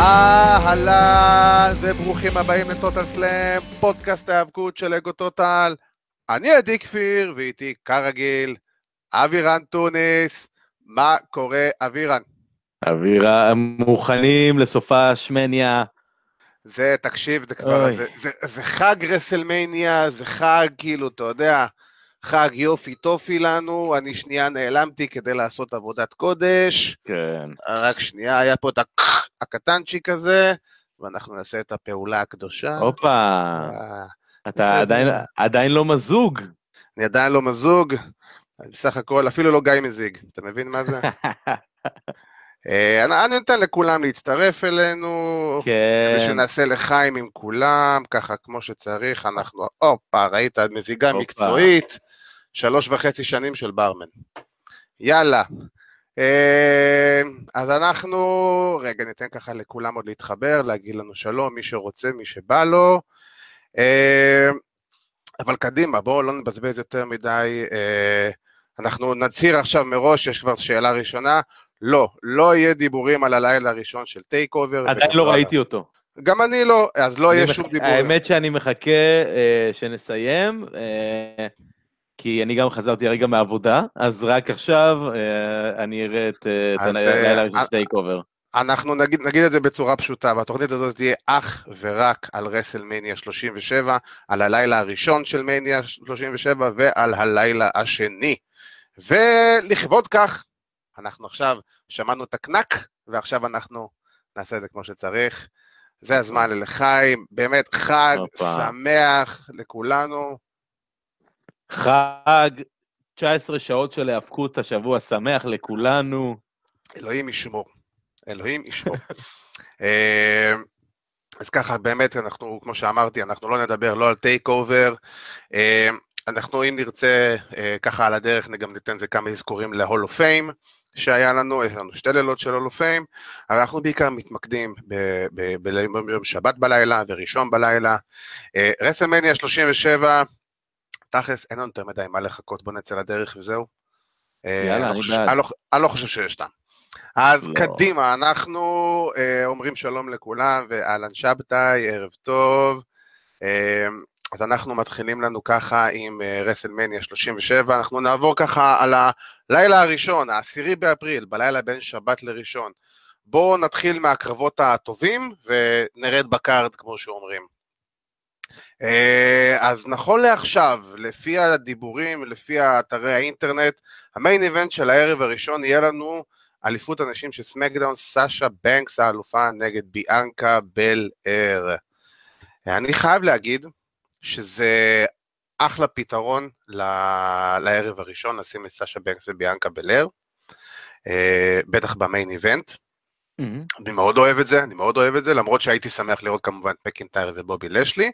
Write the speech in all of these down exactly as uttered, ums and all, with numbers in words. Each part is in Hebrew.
אהלן וברוכים הבאים לטוטל סלאם, פודקאסט ההיאבקות של אגו טוטל. אני עדי כפיר ואיתי כרגיל אבירן טוניס. מה קורה אבירן? אבירן, מוכנים לסופה שמניה. זה תקשיב, זה כבר, זה, זה, זה חג רסלמניה, זה חג כאילו אתה יודע, חג יופי טופי לנו. אני שנייה נעלמתי כדי לעשות עבודת קודש. כן. רק שנייה, היה פה את הקטנצ'יק הזה, ואנחנו נעשה את הפעולה הקדושה. הופה, אתה עדיין, עדיין לא מזוג. אני עדיין לא מזוג, בסך הכל, אפילו לא גיא מזיג, אתה מבין מה זה? אני, אני נותן לכולם להצטרף אלינו, כן. כדי שנעשה לחיים עם כולם, ככה כמו שצריך. אנחנו, אופה, ראית, מזיגה אופה. מקצועית, שלוש וחצי שנים של ברמן. יאללה. אז אנחנו, רגע ניתן ככה לכולם עוד להתחבר, להגיד לנו שלום, מי שרוצה, מי שבא לו, אבל קדימה, בואו לא נבזבז יותר מדי. אנחנו נצהיר עכשיו מראש, יש כבר שאלה ראשונה, לא, לא יהיה דיבורים על הלילה הראשון של טייק אובר. עדיין לא ראיתי אותו. גם אני לא, אז לא יהיה שום דיבורים. האמת שאני מחכה שנסיים, כי אני גם חזרתי הרגע מהעבודה, אז רק עכשיו אני אראה את הלילה הראשון של טייק אובר. אנחנו נגיד, נגיד את זה בצורה פשוטה, והתוכנית הזאת תהיה אך ורק על רסלמניה שלושים ושבע, על הלילה הראשון של מניה שלושים ושבע, ועל הלילה השני. ולכבוד כך, אנחנו עכשיו שמענו את הקנק, ועכשיו אנחנו נעשה את זה כמו שצריך. זה הזמן ללחיים, באמת חג שמח לכולנו. חג, תשע עשרה שעות של ההאבקות השבוע שמח לכולנו. אלוהים ישמור. אלוהים ישמור. אז ככה באמת אנחנו, כמו שאמרתי, אנחנו לא נדבר לא על טייק אובר, אנחנו אם נרצה ככה על הדרך גם ניתן זה כמה אזכורים להול אוף פיים שהיה לנו, יש לנו שתי לילות של הול אוף פיים, אבל אנחנו בעיקר מתמקדים ביום שבת בלילה וראשון בלילה. רסלמניה שלושים ושבע, תכלס אין לנו יותר מדי מה לחכות, בוא נצא לדרך וזהו. יאללה, אני בעד. אני לא חושב שיש טעם. אז לא. קדימה, אנחנו אה, אומרים שלום לכולם, ואלן שבתאי, ערב טוב. אה, אז אנחנו מתחילים לנו ככה עם אה, רסלמניה שלושים ושבע, אנחנו נעבור ככה על הלילה הראשון, העשירי באפריל, בלילה בין שבת לראשון. בואו נתחיל מהקרבות הטובים, ונרד בקארד כמו שאומרים. אה, אז נכון לעכשיו, לפי הדיבורים, לפי אתרי האינטרנט, המיין איבנט של הערב הראשון יהיה לנו, אליפות אנשים של סמקדאון, סאשה בנקס האלופה נגד ביאנקה בלר. אני חייב להגיד שזה אחלה פתרון לערב הראשון, לשים את סאשה בנקס וביאנקה בלר, בטח במיין איבנט. אני מאוד אוהב את זה, אני מאוד אוהב את זה, למרות שהייתי שמח לראות כמובן מקינטייר ובובי לשלי,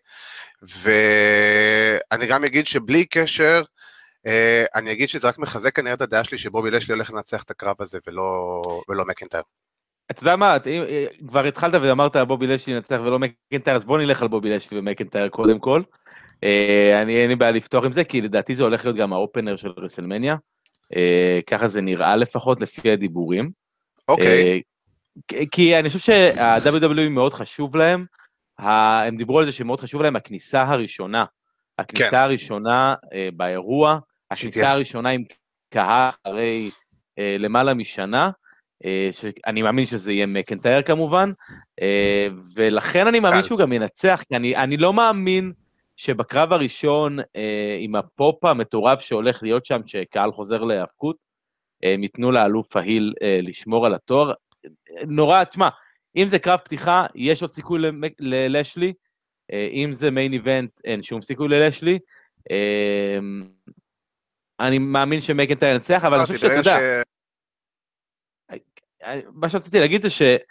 ואני גם אגיד שבלי קשר, Uh, אני אגיד שזה רק מחזק כנראה את הדעה שלי שבובי לשלי הולך לנצח את הקרב הזה ולא, ולא מקינטייר. אתה יודע מה, כבר התחלת ואמרת בובי לשלי נצח ולא מקינטייר, אז בוא נלך על בובי לשלי ומקינטייר קודם כל. uh, אני אין לי בעיה לפתוח עם זה, כי לדעתי זה הולך להיות גם האופנר של רסלמניה, uh, ככה זה נראה לפחות לפי הדיבורים. אוקיי. Okay. Uh, כי אני חושב שה-דאבליו דאבליו אי מאוד חשוב להם, הם דיברו על זה שמאוד חשוב להם הכניסה הראשונה, הכניסה כן. הראשונה uh, באירוע, הכניסה הראשונה עם קהל אחרי אה, למעלה משנה, אה, שאני מאמין שזה יהיה מקינטייר כמובן, אה, ולכן אני מאמין שהוא גם ינצח, כי אני, אני לא מאמין שבקרב הראשון, אה, עם הפופ המטורף שהולך להיות שם, שקהל חוזר להאבקות, אה, ייתנו לאלוף ההיל אה, לשמור על התואר, נורא, תשמע, אם זה קרב פתיחה, יש עוד סיכוי ללשלי, אה, אם זה מיין איבנט, אין שום סיכוי ללשלי, אה, אני מאמין שמקינטייר ינצח, אבל אני חושב שאתה יודע, מה שרציתי להגיד זה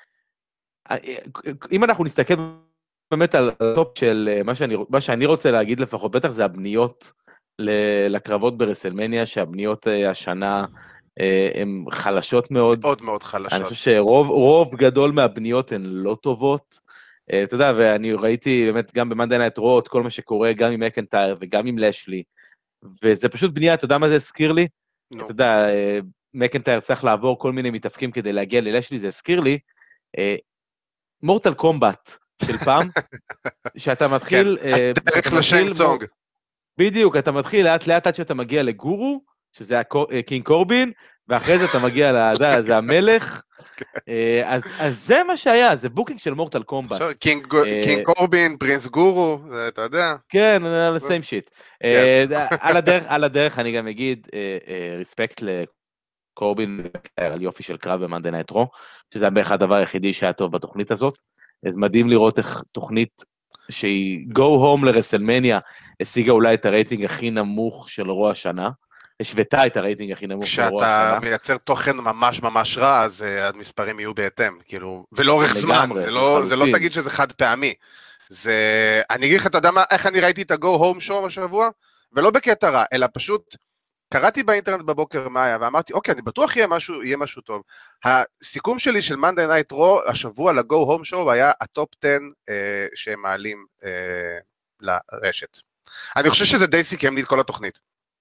שאם אנחנו נסתכל באמת על הטופ של מה שאני רוצה להגיד לפחות, בטח זה הבניות לקרבות ברסלמניה, שהבניות השנה הן חלשות מאוד. מאוד מאוד חלשות. אני חושב שרוב גדול מהבניות הן לא טובות, אתה יודע, ואני ראיתי באמת גם במאנדיי נייט רו את כל מה שקורה, גם עם מקינטייר וגם עם לשלי, וזה פשוט בנייה, אתה יודע מה זה הזכיר לי? No. אתה יודע, מקינטייר צריך לעבור כל מיני מתאפקים כדי להגיע ללשלי, זה הזכיר לי, מורטל קומבט של פעם, שאתה מתחיל... דרך לשנג צונג. בדיוק, אתה מתחיל לאט לאט עד שאתה מגיע לגורו, שזה קינג קורבין, ואחרי זה אתה מגיע לזה המלך, אז זה מה שהיה, זה בוקינג של מורטל קומבט. קינג קורבין, פרינס גורו, אתה יודע. כן, same shit. על הדרך אני גם אגיד, רספקט לקורבין, על יופי של קרב במאנדי נייט רו, שזה בערך הדבר היחידי שהיה טוב בתוכנית הזאת, אז מדהים לראות איך תוכנית שהיא go home לרסלמניה, השיגה אולי את הרייטינג הכי נמוך של רוע השנה, השוותה את הרייטינג הכי נמוך של רוע השנה. כשאתה מייצר תוכן ממש ממש רע, אז המספרים יהיו בהתאם, כאילו, ולאורך זמן, זה לא, זה לא תגיד שזה חד פעמי. זה, אני אגיד לך, אתה יודע מה, איך אני ראיתי את ה-go home show השבוע? ולא בקטע רע, אלא פשוט, קראתי באינטרנט בבוקר מה היה, ואמרתי, אוקיי, אני בטוח יהיה משהו, יהיה משהו טוב. הסיכום שלי של Monday Night Raw, השבוע ל-go home show, היה הטופ עשר אה, שהם מעלים אה, לרשת. אני חושב שזה די סיכם לי את כל התוכנית.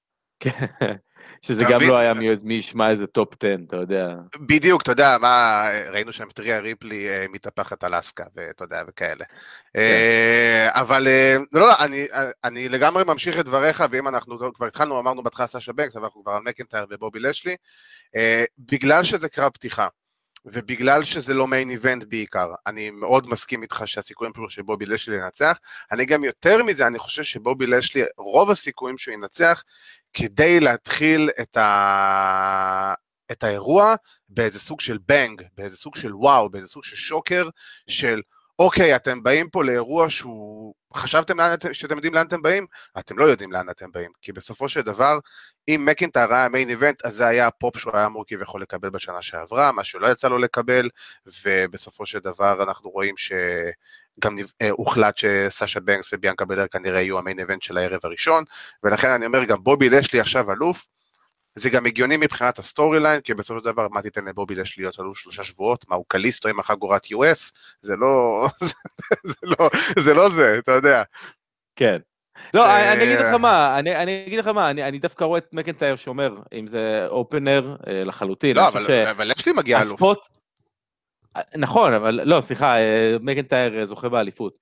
שזה גם לא היה מי ישמע איזה טופ עשר, אתה יודע. בדיוק, אתה יודע, מה, ראינו שם טריה ריפלי מתהפכת אלסקה, ואתה יודע, וכאלה. אבל, לא, אני לגמרי ממשיך את דבריך, ואם אנחנו כבר התחלנו, אמרנו בהתחלה סאשה בנקס, אבל אנחנו כבר על מקינטייר ובובי לשלי, בגלל שזה קרב פתיחה, ובגלל שזה לא מיין איבנט בעיקר, אני מאוד מסכים איתך שהסיכויים שלו שבובי לשלי ינצח, אני גם יותר מזה, אני חושב שבובי לשלי, רוב הסיכויים שהוא ינצח, כדי להתחיל את, ה... את האירוע באיזה סוג של בנג, באיזה סוג של וואו, באיזה סוג של שוקר, של אוקיי, אתם באים פה לאירוע שהוא, חשבתם לאן, שאתם יודעים לאן אתם באים? אתם לא יודעים לאן אתם באים, כי בסופו של דבר, אם מקינטייר היה מיין איבנט, אז זה היה הפופ שהוא היה אמור כביכול לקבל בשנה שעברה, מה שלא יצא לו לקבל, ובסופו של דבר אנחנו רואים ש... גם הוחלט שסאשה בנקס וביאנקה בלר כנראה יהיו המיין איבנט של הערב הראשון, ולכן אני אומר גם בובי לשלי עכשיו אלוף, זה גם הגיוני מבחינת הסטורי ליין, כי בסופו של דבר מה תיתן לבובי לשלי להיות אלוף שלושה שבועות, מה הוא קליסטו עם החגורת יו אס, זה לא, זה לא, זה לא זה, אתה יודע. כן. לא, אני אגיד לך מה, אני, אני אגיד לך מה, אני, אני דווקא רואה את מקינטייר שומר, אם זה אופנר לחלוטין. לא, אבל, אבל לשלי מגיע אלוף. הספוט, נכון, אבל לא, סליחה, מקינטייר זוכה באליפות.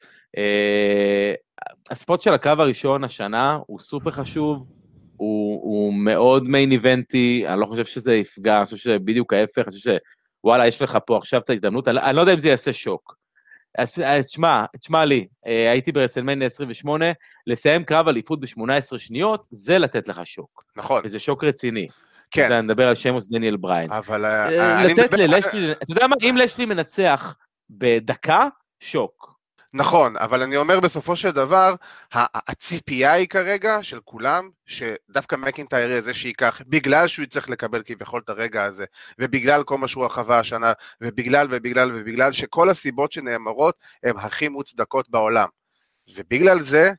הספוט של הקרב הראשון השנה הוא סופר חשוב, הוא, הוא מאוד מיין איבנטי, אני לא חושב שזה יפגע, אני חושב שזה בדיוק ההפך, אני חושב שוואלה, יש לך פה עכשיו את ההזדמנות, אני, אני לא יודע אם זה יעשה שוק. אז, אז תשמע, תשמע לי, הייתי ברסלמניה עשרים ושמונה, לסיים קרב אליפות ב-שמונה עשרה שניות, זה לתת לך שוק. נכון. וזה שוק רציני. כן. אני מדבר על שמוס דניאל בריין. אבל... לתת ללשלי, אתה יודע מה, אם לשלי מנצח בדקה, שוק. נכון, אבל אני אומר בסופו של דבר, הציפייה היא כרגע של כולם, שדווקא מקינטייר יהיה זה שיקח, בגלל שהוא יצטרך לקבל כביכול את הרגע הזה, ובגלל כל מה שהוא חווה השנה, ובגלל ובגלל ובגלל שכל הסיבות שנאמרות, הן הכי מוצדקות בעולם. ובגלל זה,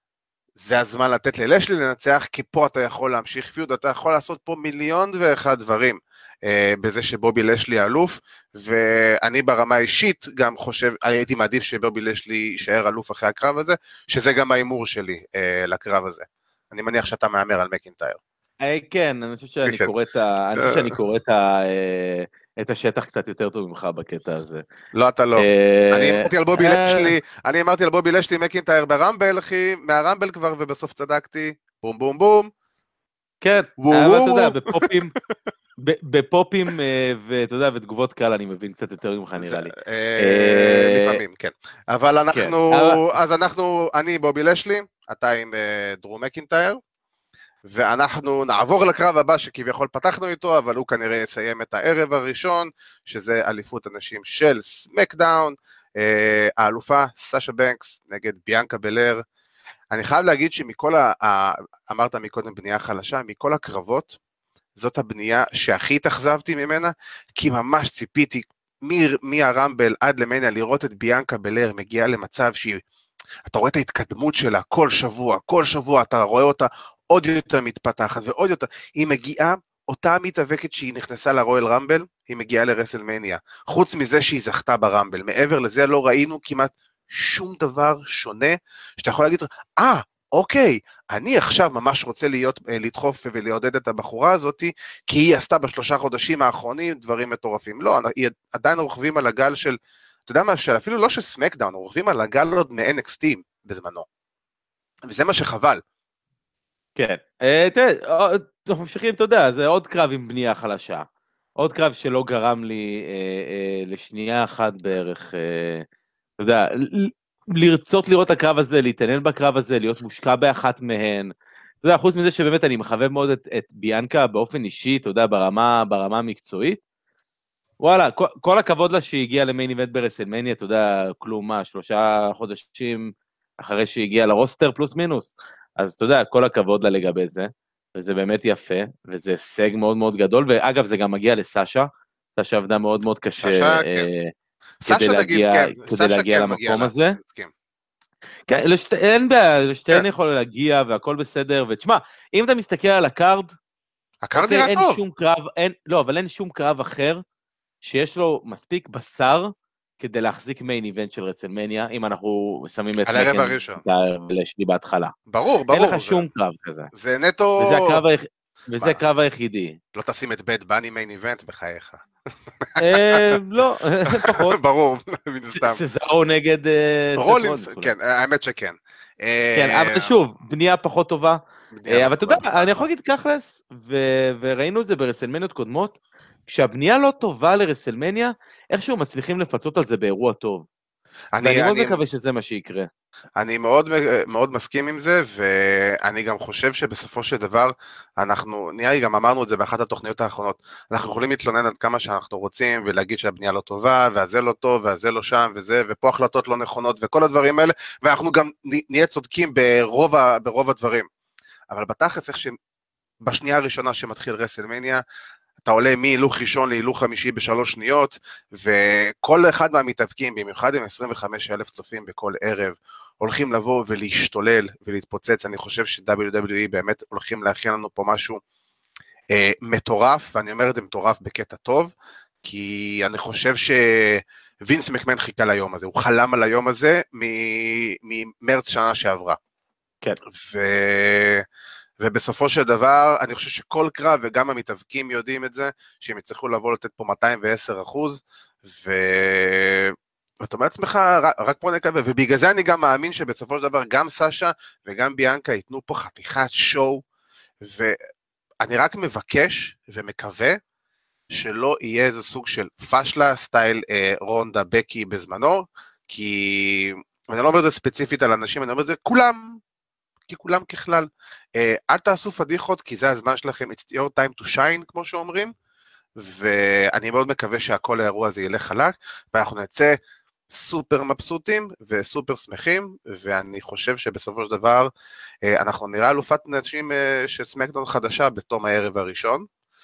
זה הזמן לתת ללשלי לנצח, כי פה אתה יכול להמשיך פיוד, אתה יכול לעשות פה מיליון ואחד דברים, אה, בזה שבובי לשלי אלוף, ואני ברמה האישית גם חושב, הייתי מעדיף שבובי לשלי יישאר אלוף אחרי הקרב הזה, שזה גם האימור שלי אה, לקרב הזה. אני מניח שאתה מאמר על מקינטייר. אה, כן, אני חושב שאני קורא את ה... אני חושב שאני קורא את ה... את השטח קצת יותר טוב ממך בקטע הזה. לא, אתה לא. אני אמרתי על בובי לשלי, אני אמרתי על בובי לשלי מקינטייר ברמבל, אחי, מהרמבל כבר, ובסוף צדקתי, בום בום בום. כן, אבל אתה יודע, בפופים, בפופים, ואתה יודע, ותגובות קהל, אני מבין קצת יותר ממך, נראה לי. לפעמים, כן. אבל אנחנו, אז אנחנו, אני בובי לשלי, אתה עם דרו מקינטייר, ואנחנו נעבור לקרב הבא שכביכול פתחנו איתו, אבל הוא כנראה יסיים את הערב הראשון, שזה אליפות הנשים של סמקדאון, אה, האלופה סאשה בנקס נגד ביאנקה בלר. אני חייב להגיד שמכל, ה, ה, אמרת מקודם בנייה חלשה, מכל הקרבות, זאת הבנייה שהכי התאכזבתי ממנה, כי ממש ציפיתי מהרמבל עד למניה לראות את ביאנקה בלר מגיעה למצב שהיא, אתה רואה את ההתקדמות שלה כל שבוע, כל שבוע אתה רואה אותה עוד יותר מתפתחת ועוד יותר, היא מגיעה, אותה מתאבקת שהיא נכנסה לרויאל רמבל, היא מגיעה לרסלמניה, חוץ מזה שהיא זכתה ברמבל, מעבר לזה לא ראינו כמעט שום דבר שונה, שאתה יכול להגיד, אה, אוקיי, אני עכשיו ממש רוצה להיות, לדחוף ולעודד את הבחורה הזאת, כי היא עשתה בשלושה חודשים האחרונים דברים מטורפים, לא, היא עדיין רוכבים על הגל של, אתה יודע מה, אפילו לא של סמקדאון, רוכבים על הגל עוד מ-אן אקס טי בזמנו, וזה מה שחבל. כן, תראה, אנחנו ממשיכים, אתה יודע, זה עוד קרב עם בנייה חלשה, עוד קרב שלא גרם לי לשנייה אחת בערך, אתה יודע, לרצות לראות את הקרב הזה, להתעניין בקרב הזה, להיות מושקע באחת מהן, אתה יודע, חוץ מזה שבאמת אני מחבב מאוד את, את ביאנקה באופן אישי, אתה יודע, ברמה, ברמה המקצועית, וואלה, כל, כל הכבוד לה שהיא למיין איבנט ברסלמניה, אתה יודע, כלום מה, שלושה חודשים אחרי שהיא הגיעה לרוסטר פלוס מינוס, אז אתה יודע, כל הכבוד לה לגבי זה, וזה באמת יפה, וזה הישג מאוד מאוד גדול, ואגב, זה גם מגיע לסשה, סשה עבדה מאוד מאוד קשה, סשה, אה, כן. כדי סשה להגיע, נגיד, כן. כדי סשה להגיע כן, למקום לה, הזה. כן. כן, לשת, אין בעיה, לשתיהן כן. יכול להגיע, והכל בסדר, ותשמע, אם אתה מסתכל על הקארד, הקארד אוקיי, נראה אין טוב. שום קרב, אין, לא, אבל אין שום קרב אחר, שיש לו מספיק בשר, כדי להחזיק מיין איבנט של רסלמניה, אם אנחנו שמים את מקן לשלי בהתחלה. ברור, ברור. אין לך שום זה, קרב כזה. זה נטו... וזה הקרב, היח... וזה הקרב היחידי. לא תשים את בית בני מיין איבנט בחייך. לא, פחות. ברור, מן הסתם. סזארו נגד... רולינס, כן, האמת שכן. כן, אבל שוב, בנייה פחות טובה. אבל אתה יודע, אני יכול להגיד ככלס, וראינו את זה ברסלמניות קודמות, כשהבנייה לא טובה לרסלמניה, איכשהו מצליחים לפצות על זה באירוע טוב. אני, ואני מאוד אני, מקווה שזה מה שיקרה. אני מאוד, מאוד מסכים עם זה, ואני גם חושב שבסופו של דבר, אנחנו, נראה לי גם אמרנו את זה באחת התוכניות האחרונות, אנחנו יכולים להתלונן עד כמה שאנחנו רוצים, ולהגיד שהבנייה לא טובה, והזה לא טוב, והזה לא שם, וזה, ופה החלטות לא נכונות, וכל הדברים האלה, ואנחנו גם נהיה צודקים ברוב, ברוב הדברים. אבל בתכלס, איך שבשנייה הראשונה שמתחיל רסלמניה, אתה עולה מהילוך ראשון להילוך חמישי בשלוש שניות, וכל אחד מהמתאבקים, במיוחד עם עשרים וחמישה אלף צופים בכל ערב, הולכים לבוא ולהשתולל ולהתפוצץ. אני חושב ש-דאבליו דאבליו אי באמת הולכים להכין לנו פה משהו אה, מטורף, ואני אומר את זה מטורף בקטע טוב, כי אני חושב שווינס מקמן חיכה ליום הזה, הוא חלם על היום הזה ממרץ שנה שעברה. כן. ו... ובסופו של דבר, אני חושב שכל קרב, וגם המתאבקים יודעים את זה, שהם יצטרכו לבוא לתת פה מאתיים ועשר אחוז, ו... ואתה אומר לעצמך, רק פה נקווה, ובגלל זה אני גם מאמין שבסופו של דבר, גם סשה וגם ביאנקה ייתנו פה חתיכת שואו, ואני רק מבקש ומקווה, שלא יהיה איזה סוג של פשלה, סטייל אה, רונדה בקי בזמנו, כי, ואני לא אומר את זה ספציפית על אנשים, אני אומר את זה כולם, כי כולם ככלל, אל תעשו פדיחות, כי זה הזמן שלכם, it's your time to shine, כמו שאומרים, ואני מאוד מקווה שהכל האירוע הזה ילך חלק, ואנחנו נצא סופר מבסוטים וסופר שמחים, ואני חושב שבסופו של דבר, אנחנו נראה אלופת נשים של סמקדאון חדשה בתום הערב הראשון,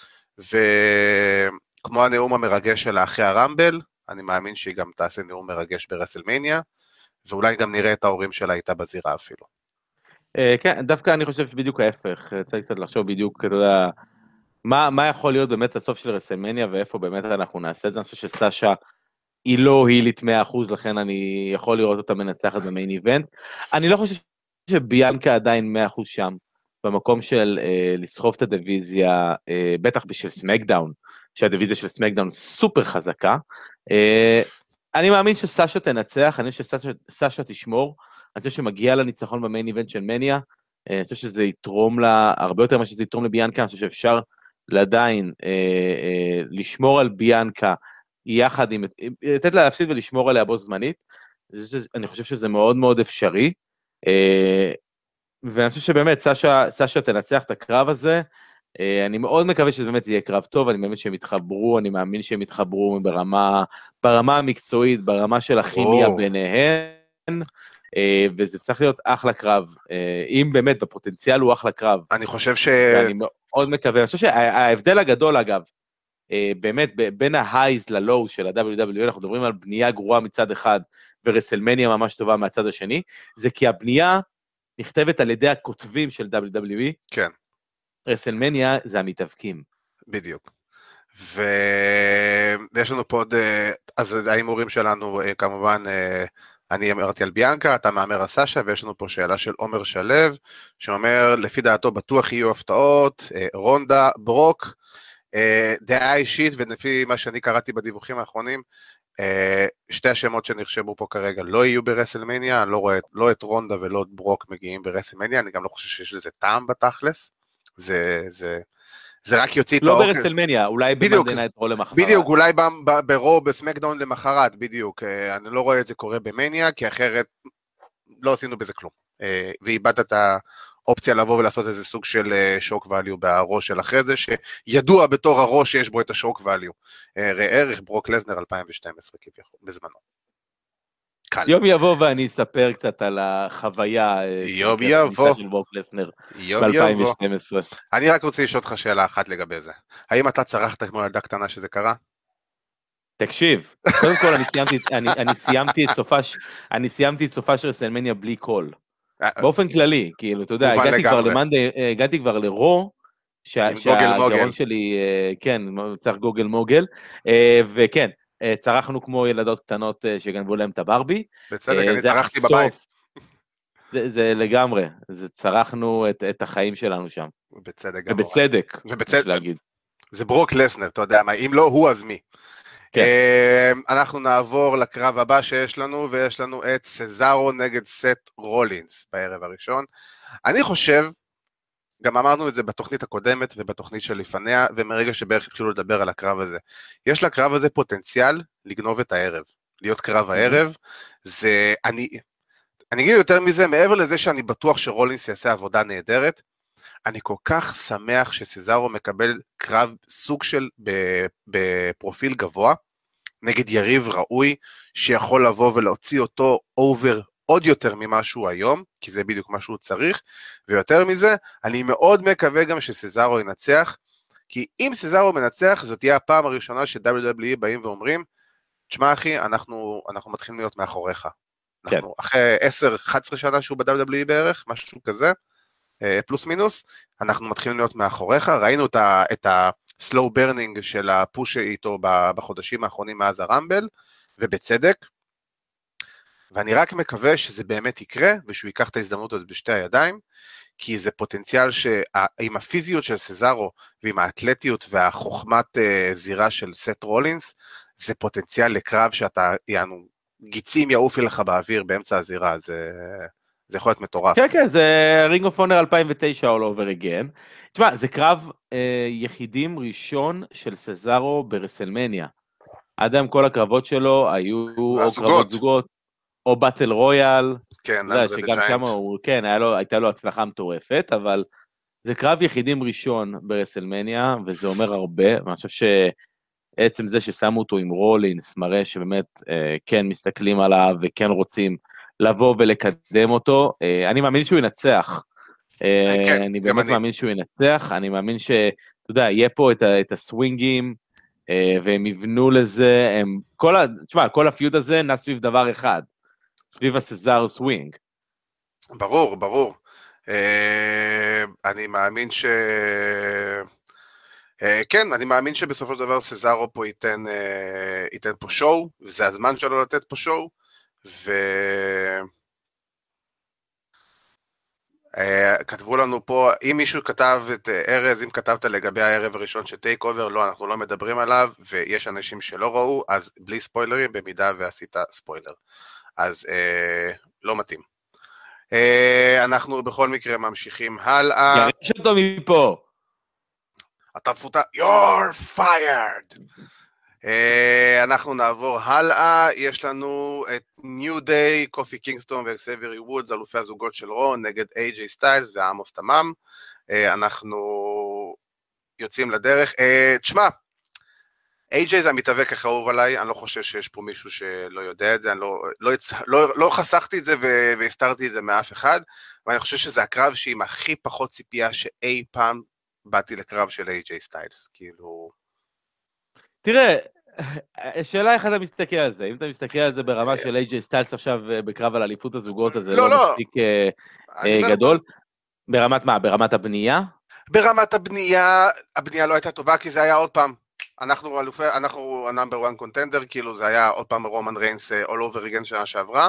וכמו הנאום המרגש שלה אחרי הרמבל, אני מאמין שהיא גם תעשה נאום מרגש ברסלמניה, ואולי גם נראה את ההורים שלה איתה בזירה אפילו. כן, דווקא אני חושב שבדיוק ההפך, צריך קצת לחשוב בדיוק, אתה יודע, מה, מה יכול להיות באמת הסוף של רסלמניה, ואיפה באמת אנחנו נעשה את זה. אני חושב שסשה היא לא הילית מאה אחוז, לכן אני יכול לראות אותה מנצחת במיין איבנט. אני לא חושב שביאנקה עדיין מאה אחוז שם, במקום של אה, לסחוב את הדיוויזיה, אה, בטח בשביל סמקדאון, שהדיוויזיה של סמקדאון סופר חזקה. אה, אני מאמין שסשה תנצח, אני חושב שסשה תשמור, אני חושב שמגיע לניצחון במיין איבנט של מניה, אני חושב שזה יתרום לה, הרבה יותר מה שזה יתרום לביאנקה, אני חושב שאפשר עדיין אה, אה, לשמור על ביאנקה, יחד עם, לתת לה להפסיד ולשמור עליה בו זמנית, אני חושב שזה מאוד מאוד אפשרי, אה, ואני חושב שבאמת סשה, סשה תנצח את הקרב הזה, אה, אני מאוד מקווה שזה באמת יהיה קרב טוב, אני מאמין שהם יתחברו, אני מאמין שהם יתחברו ברמה, ברמה המקצועית, ברמה של הכימיה oh. ביניהן, וזה צריך להיות אחלה קרב, אם באמת בפוטנציאל הוא אחלה קרב. אני חושב ש... ואני מאוד מקווה, אני חושב שההבדל הגדול אגב, באמת בין ההייז ללואו של ה-דאבליו דאבליו אי, אנחנו מדברים על בנייה גרועה מצד אחד, ורסלמניה ממש טובה מהצד השני, זה כי הבנייה נכתבת על ידי הכותבים של דאבליו דאבליו אי, כן. רסלמניה זה המתאבקים. בדיוק. ויש לנו פה עוד, אז האימורים שלנו כמובן, אני אמרתי על ביאנקה, אתה מאמר על סשה, ויש לנו פה שאלה של עומר שלו, שאומר, לפי דעתו בטוח יהיו הפתעות, רונדה, ברוק, דעה אישית, ולפי מה שאני קראתי בדיווחים האחרונים, שתי השמות שנרשמו פה כרגע לא יהיו ברסלמניה, אני לא רואה לא את רונדה ולא את ברוק מגיעים ברסלמניה, אני גם לא חושב שיש לזה טעם בתכלס, זה, זה, זה רק יוציא את האוקר. לא ברסלמניה, אולי במנדי נייט רו למחרת. בדיוק, אולי ברו, בסמקדאון למחרת, בדיוק, אני לא רואה את זה קורה במניה, כי אחרת לא עשינו בזה כלום, ואיבדת את האופציה לבוא ולעשות איזה סוג של שוק ואליו בראש של אחרי זה, שידוע בתור הראש שיש בו את השוק ואליו. ראה ערך ברוק לזנר אלפיים ושתים עשרה כביכול, בזמנו. קל. יום יבוא ואני אספר קצת על החוויה יום יבוא. של ברוק לזנר ב-אלפיים ושתים עשרה. ב-אלפיים ושתים עשרה. אני רק רוצה לשאול אותך שאלה אחת לגבי זה. האם אתה צרחת כמו ילדה קטנה שזה קרה? תקשיב, קודם כל אני סיימתי, אני, אני סיימתי את סופש, אני סיימתי את סופה של רסלמניה בלי קול. באופן כללי, כאילו, אתה יודע, הגעתי כבר למנדי, הגעתי כבר לרו, שהגרון שלי, כן, צריך גוגל מוגל, וכן, צרחנו כמו ילדות קטנות שגנבו להם את הברבי. בצדק, אני צרחתי בבית. זה, זה לגמרי, זה צרחנו את, את החיים שלנו שם. ובצדק. ובצדק, ובצדק. להגיד. זה ברוק לסנר, אתה יודע מה, אם לא הוא אז מי. כן. אנחנו נעבור לקרב הבא שיש לנו, ויש לנו את סזארו נגד סט רולינס בערב הראשון. אני חושב, גם אמרנו את זה בתוכנית הקודמת ובתוכנית שלפניה, ומרגע שבערך התחילו לדבר על הקרב הזה, יש לקרב הזה פוטנציאל לגנוב את הערב, להיות קרב הערב, זה, אני, אני אגיד יותר מזה, מעבר לזה שאני בטוח שרולינס יעשה עבודה נהדרת, אני כל כך שמח שסזארו מקבל קרב סוג של בפרופיל גבוה, נגד יריב ראוי, שיכול לבוא ולהוציא אותו אובר עוד יותר ממה שהוא היום, כי זה בדיוק מה שהוא צריך, ויותר מזה, אני מאוד מקווה גם שסזארו ינצח, כי אם סזארו מנצח, זאת תהיה הפעם הראשונה ש-דאבליו דאבליו אי באים ואומרים, תשמע אחי, אנחנו, אנחנו מתחילים להיות מאחוריך. כן. אנחנו אחרי עשר אחת עשרה שנה שהוא ב-דאבליו דאבליו אי בערך, משהו כזה, פלוס מינוס, אנחנו מתחילים להיות מאחוריך, ראינו את ה... את ה slow burning של הפוש איתו בחודשים האחרונים מאז הרמבל, ובצדק, ואני רק מקווה שזה באמת יקרה, ושהוא ייקח את ההזדמנות הזאת בשתי הידיים, כי זה פוטנציאל שעם הפיזיות של סזארו, ועם האתלטיות והחוכמת זירה של סט רולינס, זה פוטנציאל לקרב שאתה, יענו, גיצים יעופי לך באוויר באמצע הזירה, זה... זה יכול להיות מטורף. כן, כן, זה רינג אוף אונר אלפיים ותשע all over again. תשמע, זה קרב אה, יחידים ראשון של סזארו ברסלמניה. עד היום כל הקרבות שלו היו או קרבות זוגות, או באטל רויאל. כן, זה שגם שם הוא, כן, היה לו, הייתה לו הצלחה מטורפת, אבל זה קרב יחידים ראשון ברסלמניה, וזה אומר הרבה, ואני חושב שעצם זה ששמו אותו עם רולינס, מראה שבאמת אה, כן מסתכלים עליו, וכן רוצים לבוא ולקדם אותו, אני מאמין שהוא ינצח, אני באמת מאמין שהוא ינצח, אני מאמין שאתה יודע, יהיה פה את הסווינגים, והם יבנו לזה, תשמע, כל הפיוד הזה נע סביב דבר אחד, סביב הסזארו סווינג. ברור, ברור, אני מאמין ש... כן, אני מאמין שבסופו של דבר סזארו פה ייתן פה שואו, וזה הזמן שלו לתת פה שואו, ו... כתבו לנו פה, אם מישהו כתב את ארז, אם כתבת לגבי הערב הראשון של טייק אובר, לא, אנחנו לא מדברים עליו, ויש אנשים שלא ראו, אז בלי ספוילרים, במידה ועשית ספוילר. אז אה, לא מתאים. אה, אנחנו בכל מקרה ממשיכים הלאה. ירש אותו מפה. אתה מפוטר, you're fired. אנחנו נעבור הלאה, יש לנו את ניו דיי, קופי קינגסטון ואקסייברי וודס, אלופי הזוגות של רו, נגד איי ג'יי סטיילס ועמוס תמם, אנחנו יוצאים לדרך, תשמע, איי ג'יי זה המתאבק החרוב עליי, אני לא חושב שיש פה מישהו שלא יודע את זה, אני לא, לא, לא, לא חסכתי את זה והסתרתי את זה מאף אחד, ואני חושב שזה הקרב שעם הכי פחות ציפייה שאי פעם באתי לקרב של איי ג'יי סטיילס, כאילו... תראה, השאלה איך אתה מסתכל על זה, אם אתה מסתכל על זה ברמה של איי ג'יי סטיילס עכשיו בקרב על אליפות הזוגות, אז זה לא מספיק גדול. ברמת מה? ברמת הבנייה? ברמת הבנייה, הבנייה לא הייתה טובה, כי זה היה עוד פעם, אנחנו אלופי, אנחנו הנאמבר וואן קונטנדר, כאילו זה היה עוד פעם רומן ריינס all over again שנה שעברה,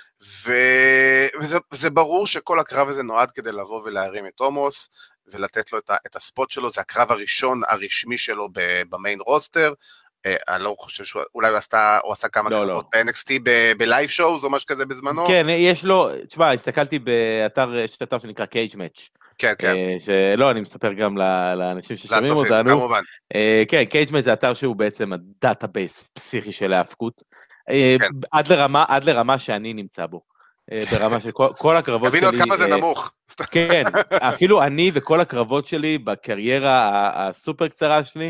וזה ברור שכל הקרב הזה נועד כדי לבוא ולהרים את הומוס, ולתת לו את הספוט שלו, זה הקרב הראשון הרשמי שלו במיין רוסטר, אני לא חושב שאולי הוא עשה כמה קרבות ב-אן אקס טי בלייב שואוז או משהו כזה בזמנו. כן, יש לו, תשמע, הסתכלתי באתר, יש אתר שנקרא קייג' מאץ'. כן, כן. שלא, אני מספר גם לאנשים ששומעים אותנו. לצופים, כמובן. כן, קייג' מאץ' זה אתר שהוא בעצם הדאטאבייס פסיכי של ההאבקות. עד לרמה, עד לרמה שאני נמצא בו. ברמה של כל הקרבות שלי. תבין עוד כמה זה נמוך. כן, אפילו אני וכל הקרבות שלי בקריירה הסופר קצרה שלי,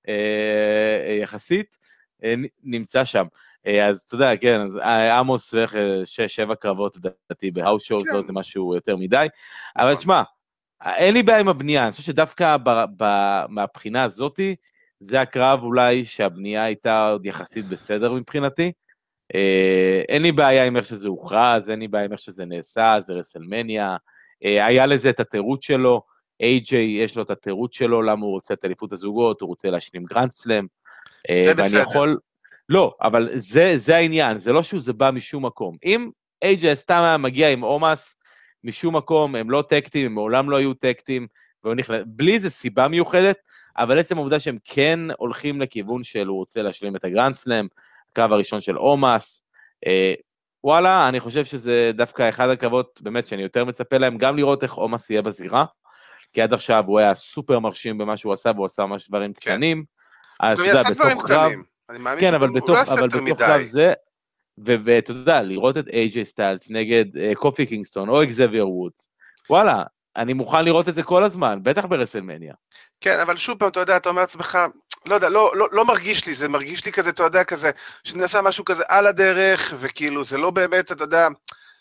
יחסית, נמצא שם. אז אתה יודע, כן, עמוס בערך שש, שבע קרבות דעתי בהאוס שואו, לא זה משהו יותר מדי, אבל תשמע, אין לי בעיה עם הבנייה, אני חושב שדווקא מהבחינה הזאת, זה הקרב אולי שהבנייה הייתה עוד יחסית בסדר מבחינתי, אין לי בעיה עם איך שזה הוכרז, אין לי בעיה עם איך שזה נעשה, זה רסלמניה, היה לזה את התירוץ שלו, איי ג'יי יש לו את התירוץ שלו, למה הוא רוצה את אליפות הזוגות, הוא רוצה להשלים גרנד סלאם, זה בסדר. יכול... לא, אבל זה, זה העניין, זה לא שהוא זה בא משום מקום. אם איי ג'יי סתם היה מגיע עם אומאס משום מקום, הם לא טקטים, הם מעולם לא היו טקטים, בלי איזה סיבה מיוחדת, אבל עצם העובדה שהם כן הולכים לכיוון של הוא רוצה להשלים את הגרנד סלאם, הקרב הראשון של אומאס, אה, וואלה, אני חושב שזה דווקא אחד הקרבות, באמת שאני יותר מצפה להם, גם לראות איך אומאס יהיה בזירה, כי עד עכשיו הוא היה סופר מרשים במה שהוא עשה, והוא עשה ממש דברים קטנים, אז אתה יודע, בתוך קרב, כן, אבל בתוך קרב זה, ואתה יודע, לראות את איי ג'יי סטיילס נגד קופי קינגסטון, או אקזבייר וודס, וואלה, אני מוכן לראות את זה כל הזמן, בטח ברסלמניה. כן, אבל שוב פעם, אתה יודע, אתה אומר לעצמך, לא יודע, לא, לא, לא מרגיש לי, זה מרגיש לי כזה, אתה יודע, כזה, שנעשה משהו כזה על הדרך, וכאילו, זה לא באמת, אתה יודע,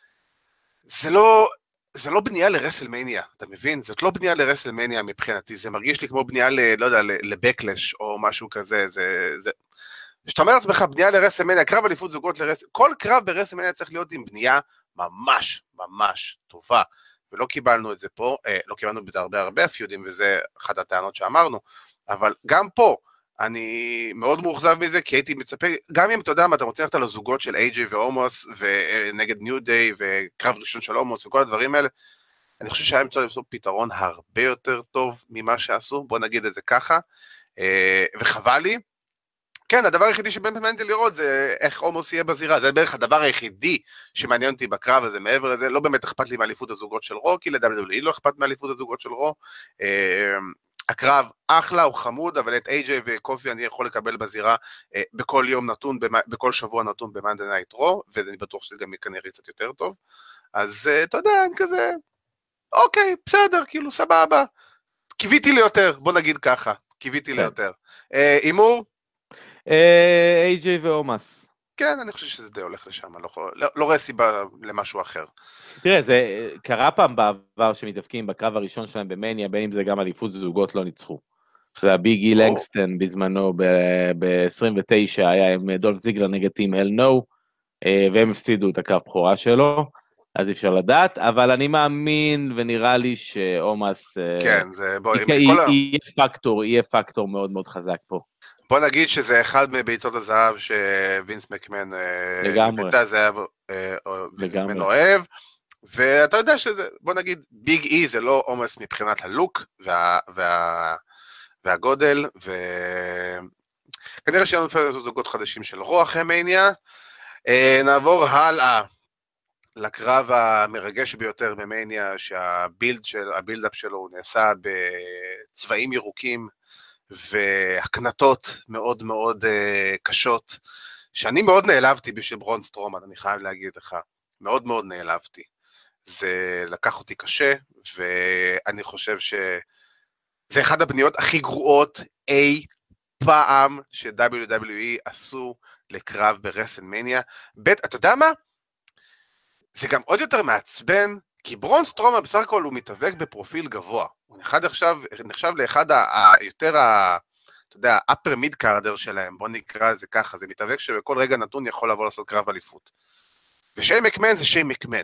זה לא, זה לא בנייה לרסלמניה, אתה מבין? זאת לא בנייה לרסלמניה מבחינתי, זה מרגיש לי כמו בנייה ל, לא יודע, לבקלש, או משהו כזה, זה, זה, כשאתה אומר לעצמך, בנייה לרסלמניה, קרב אליפות זוגות לרסלמניה, כל קרב ברסלמניה צריך להיות עם בנייה ממש, ממש טובה, ולא קיבלנו את זה פה, אה, לא קיבלנו בזה הרבה הרבה הפיודים, וזה אחת הטענות שאמרנו, אבל גם פה, אני מאוד מאוכזב מזה, כי הייתי מצפה, גם אם אתה יודע מה, אתה רוצה ללכת על הזוגות של איי ג'יי ואומוס, ונגד ניו דיי, וקרב ראשון של אומוס, וכל הדברים האלה, אני חושב שהיה מצוא לעשות פתרון הרבה יותר טוב ממה שעשו, בוא נגיד את זה ככה, אה, וחבל לי, כן, הדבר היחידי שבין מעניין לראות זה איך אומוס יהיה בזירה, זה בערך הדבר היחידי שמעניין אותי בקרב הזה, מעבר לזה, לא באמת אכפת לי מאליפות הזוגות של רו, כי ל-דאבליו דאבליו אי לא אכפת מאליפות הזוגות של רו, הקרב אחלה, הוא חמוד, אבל את איי ג'יי וקופי אני יכול לקבל בזירה בכל יום נתון, בכל שבוע נתון ב-Monday Night Raw, ואני בטוח שזה גם כנראה קצת יותר טוב, אז אתה יודע, אני כזה, אוקיי, בסדר, כאילו סבבה, קיוויתי לי יותר, בוא נגיד ככה, קיוויתי לי יותר. אימור? איי ג'יי ואומאס. כן, אני חושב שזה די הולך לשם, לא רואה סיבה למשהו אחר. תראה, זה קרה פעם בעבר שמתאבקים בקרב הראשון שלהם במניה, בין אם זה גם אליפות זוגות לא ניצחו. זה הביגי לנגסטון בזמנו ב-עשרים ותשע היה עם דולף זיגלר נגד טים הל נו, והם הפסידו את הקרב בכורה שלו, אז אי אפשר לדעת, אבל אני מאמין ונראה לי שאומאס יהיה פקטור, יהיה פקטור מאוד מאוד חזק פה. בוא נגיד שזה אחד מביצות הזהב שווינס מקמן לגמרי מקמן אוהב, ואתה יודע שזה, בוא נגיד, ביג אי זה לא אומס מבחינת הלוק וה, וה, והגודל, וכנראה שיהיה לנו זוגות חדשים של רוח המניה. נעבור הלאה לקרב המרגש ביותר במניה, שהבילד של, הבילדאפ שלו הוא נעשה בצבעים ירוקים, והקנטות מאוד מאוד uh, קשות, שאני מאוד נעלבתי בשביל ברון סטרומן, אני חייב להגיד לך, מאוד מאוד נעלבתי, זה לקח אותי קשה, ואני חושב שזה אחד הבניות הכי גרועות אי פעם ש-דאבליו דאבליו אי עשו לקרב ברסלמניה, בית, אתה יודע מה? זה גם עוד יותר מעצבן, כי ברון סטרומן בסך הכל הוא מתאבק בפרופיל גבוה, הוא נחשב עכשיו, נחשב לאחד היותר, אתה יודע, upper mid carder שלהם, בוא נקרא זה ככה, זה מתאבק שבכל רגע נתון יכול לבוא לעשות קרב אליפות. ושיי מקמן זה שיי מקמן.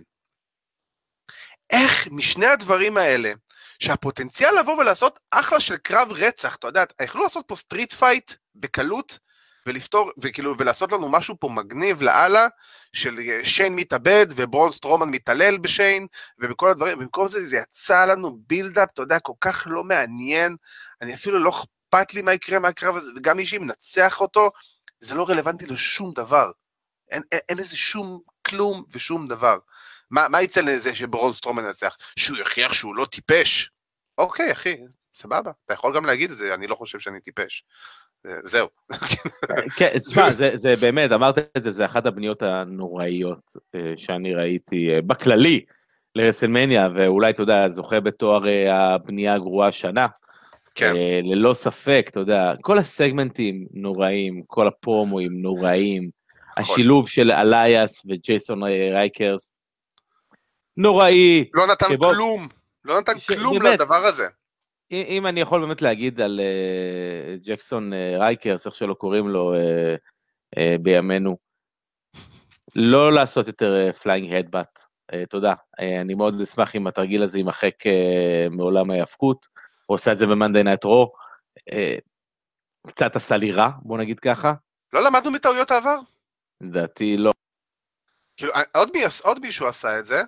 איך משני הדברים האלה, שהפוטנציאל לבוא ולעשות אחלה של קרב רצח, אתה יודע, יכלו לעשות פה סטריט פייט בקלות, ולפתור, וכאילו, ולעשות לנו משהו פה מגניב לעלה, של שיין מתאבד, וברון סטרומן מתעלל בשיין, ובכל הדברים, במקום זה, זה יצא לנו בילדאפ, אתה יודע, כל כך לא מעניין, אני אפילו לא אכפת אכפת לי מה יקרה מהקרב הזה, וגם מי שמנצח אותו, זה לא רלוונטי לשום דבר. אין, אין, אין איזה שום כלום ושום דבר. מה, מה יצא לזה שברון סטרומן נצח? שהוא יוכיח שהוא לא טיפש. אוקיי, אחי, סבבה. אתה יכול גם להגיד את זה, אני לא חושב שאני טיפש. זהו. כן, תשמע, זה, זה באמת, אמרת את זה, זה אחת הבניות הנוראיות שאני ראיתי בכללי לרסלמניה, ואולי, אתה יודע, זוכה בתואר הבנייה הגרועה השנה. כן. ללא ספק, אתה יודע, כל הסגמנטים נוראים, כל הפרומואים נוראים, השילוב של אלייס וג'ייסון רייקרס, נוראי. לא נתן שבו... כלום, לא נתן ש... כלום באמת, לדבר הזה. אם אני יכול באמת להגיד על uh, ג'קסון uh, רייקרס, איך שלא קוראים לו uh, uh, בימינו, לא לעשות יותר פליינג uh, הדבט, uh, תודה. Uh, אני מאוד אשמח אם התרגיל הזה יימחק uh, מעולם ההפקות, הוא עושה את זה במנדי נייט רו, uh, קצת עשה לי רע, בוא נגיד ככה. לא למדנו מטעויות העבר? לדעתי לא. כאילו, עוד, מי, עוד מישהו עשה את זה,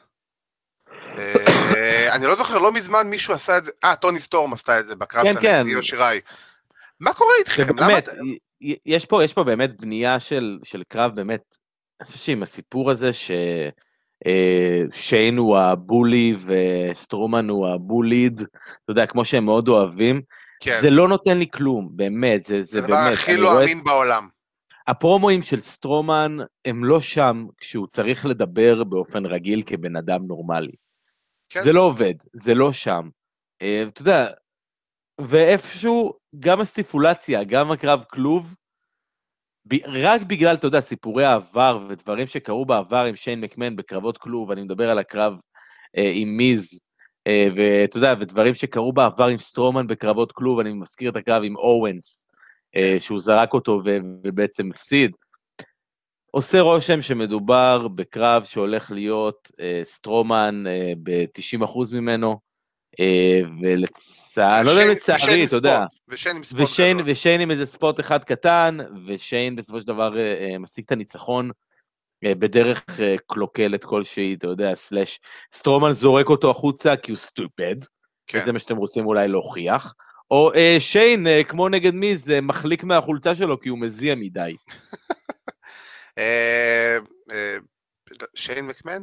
אני לא זוכר, לא מזמן מישהו עשה את זה, אה, טוני סטורם עשתה את זה בקרב כן, כן. שיראי. מה קורה איתכם? באמת, יש פה, יש פה באמת בנייה של, של קרב באמת, אני חושב שעם הסיפור הזה ששיין הוא הבולי וסטרומן הוא הבוליד, אתה יודע, כמו שהם מאוד אוהבים, כן. זה לא נותן לי כלום, באמת, זה, זה, זה באמת. דבר הכי לא אמין בעולם. הפרומואים של סטרומן הם לא שם כשהוא צריך לדבר באופן רגיל כבן אדם נורמלי. כן. זה לא עובד, זה לא שם. Uh, אתה יודע, ואיפשהו גם הסטיפולציה, גם הקרב כלוב, ב- רק בגלל, אתה יודע, סיפורי העבר ודברים שקרו בעבר עם שיין מקמן בקרבות כלוב, אני מדבר על הקרב uh, עם מיז, uh, ואתה יודע, ודברים שקרו בעבר עם סטרומן בקרבות כלוב, אני מזכיר את הקרב עם אורנס, uh, שהוא זרק אותו ו- ובעצם הפסיד. עושה רושם שמדובר בקרב שהולך להיות uh, סטרומן uh, ב-תשעים אחוז ממנו, uh, ולצערי, לא יודע לצערי, אתה יודע, ושיין, ושיין עם איזה ספורט אחד קטן, ושיין בסופו של דבר uh, uh, משיג את הניצחון, uh, בדרך uh, קלוקלת כלשהי, אתה יודע, סלש, סטרומן זורק אותו החוצה כי הוא סטופד, כן. וזה מה שאתם רוצים אולי להוכיח, או uh, שיין, uh, כמו נגד מיז, uh, מחליק מהחולצה שלו כי הוא מזיע מדי. שיין מקמן?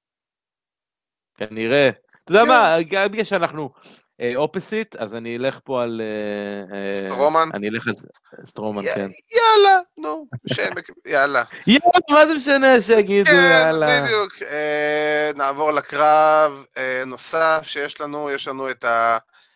כנראה. אתה יודע מה, גם בגלל שאנחנו אופסיט, אז אני אלך פה על... סטרומן? אני אלך על סטרומן, כן. יאללה, נו, שיין מקמן, יאללה. יאללה, מה זה משנה שיגידו, יאללה. כן, בדיוק. נעבור לקרב נוסף שיש לנו, יש לנו את ה...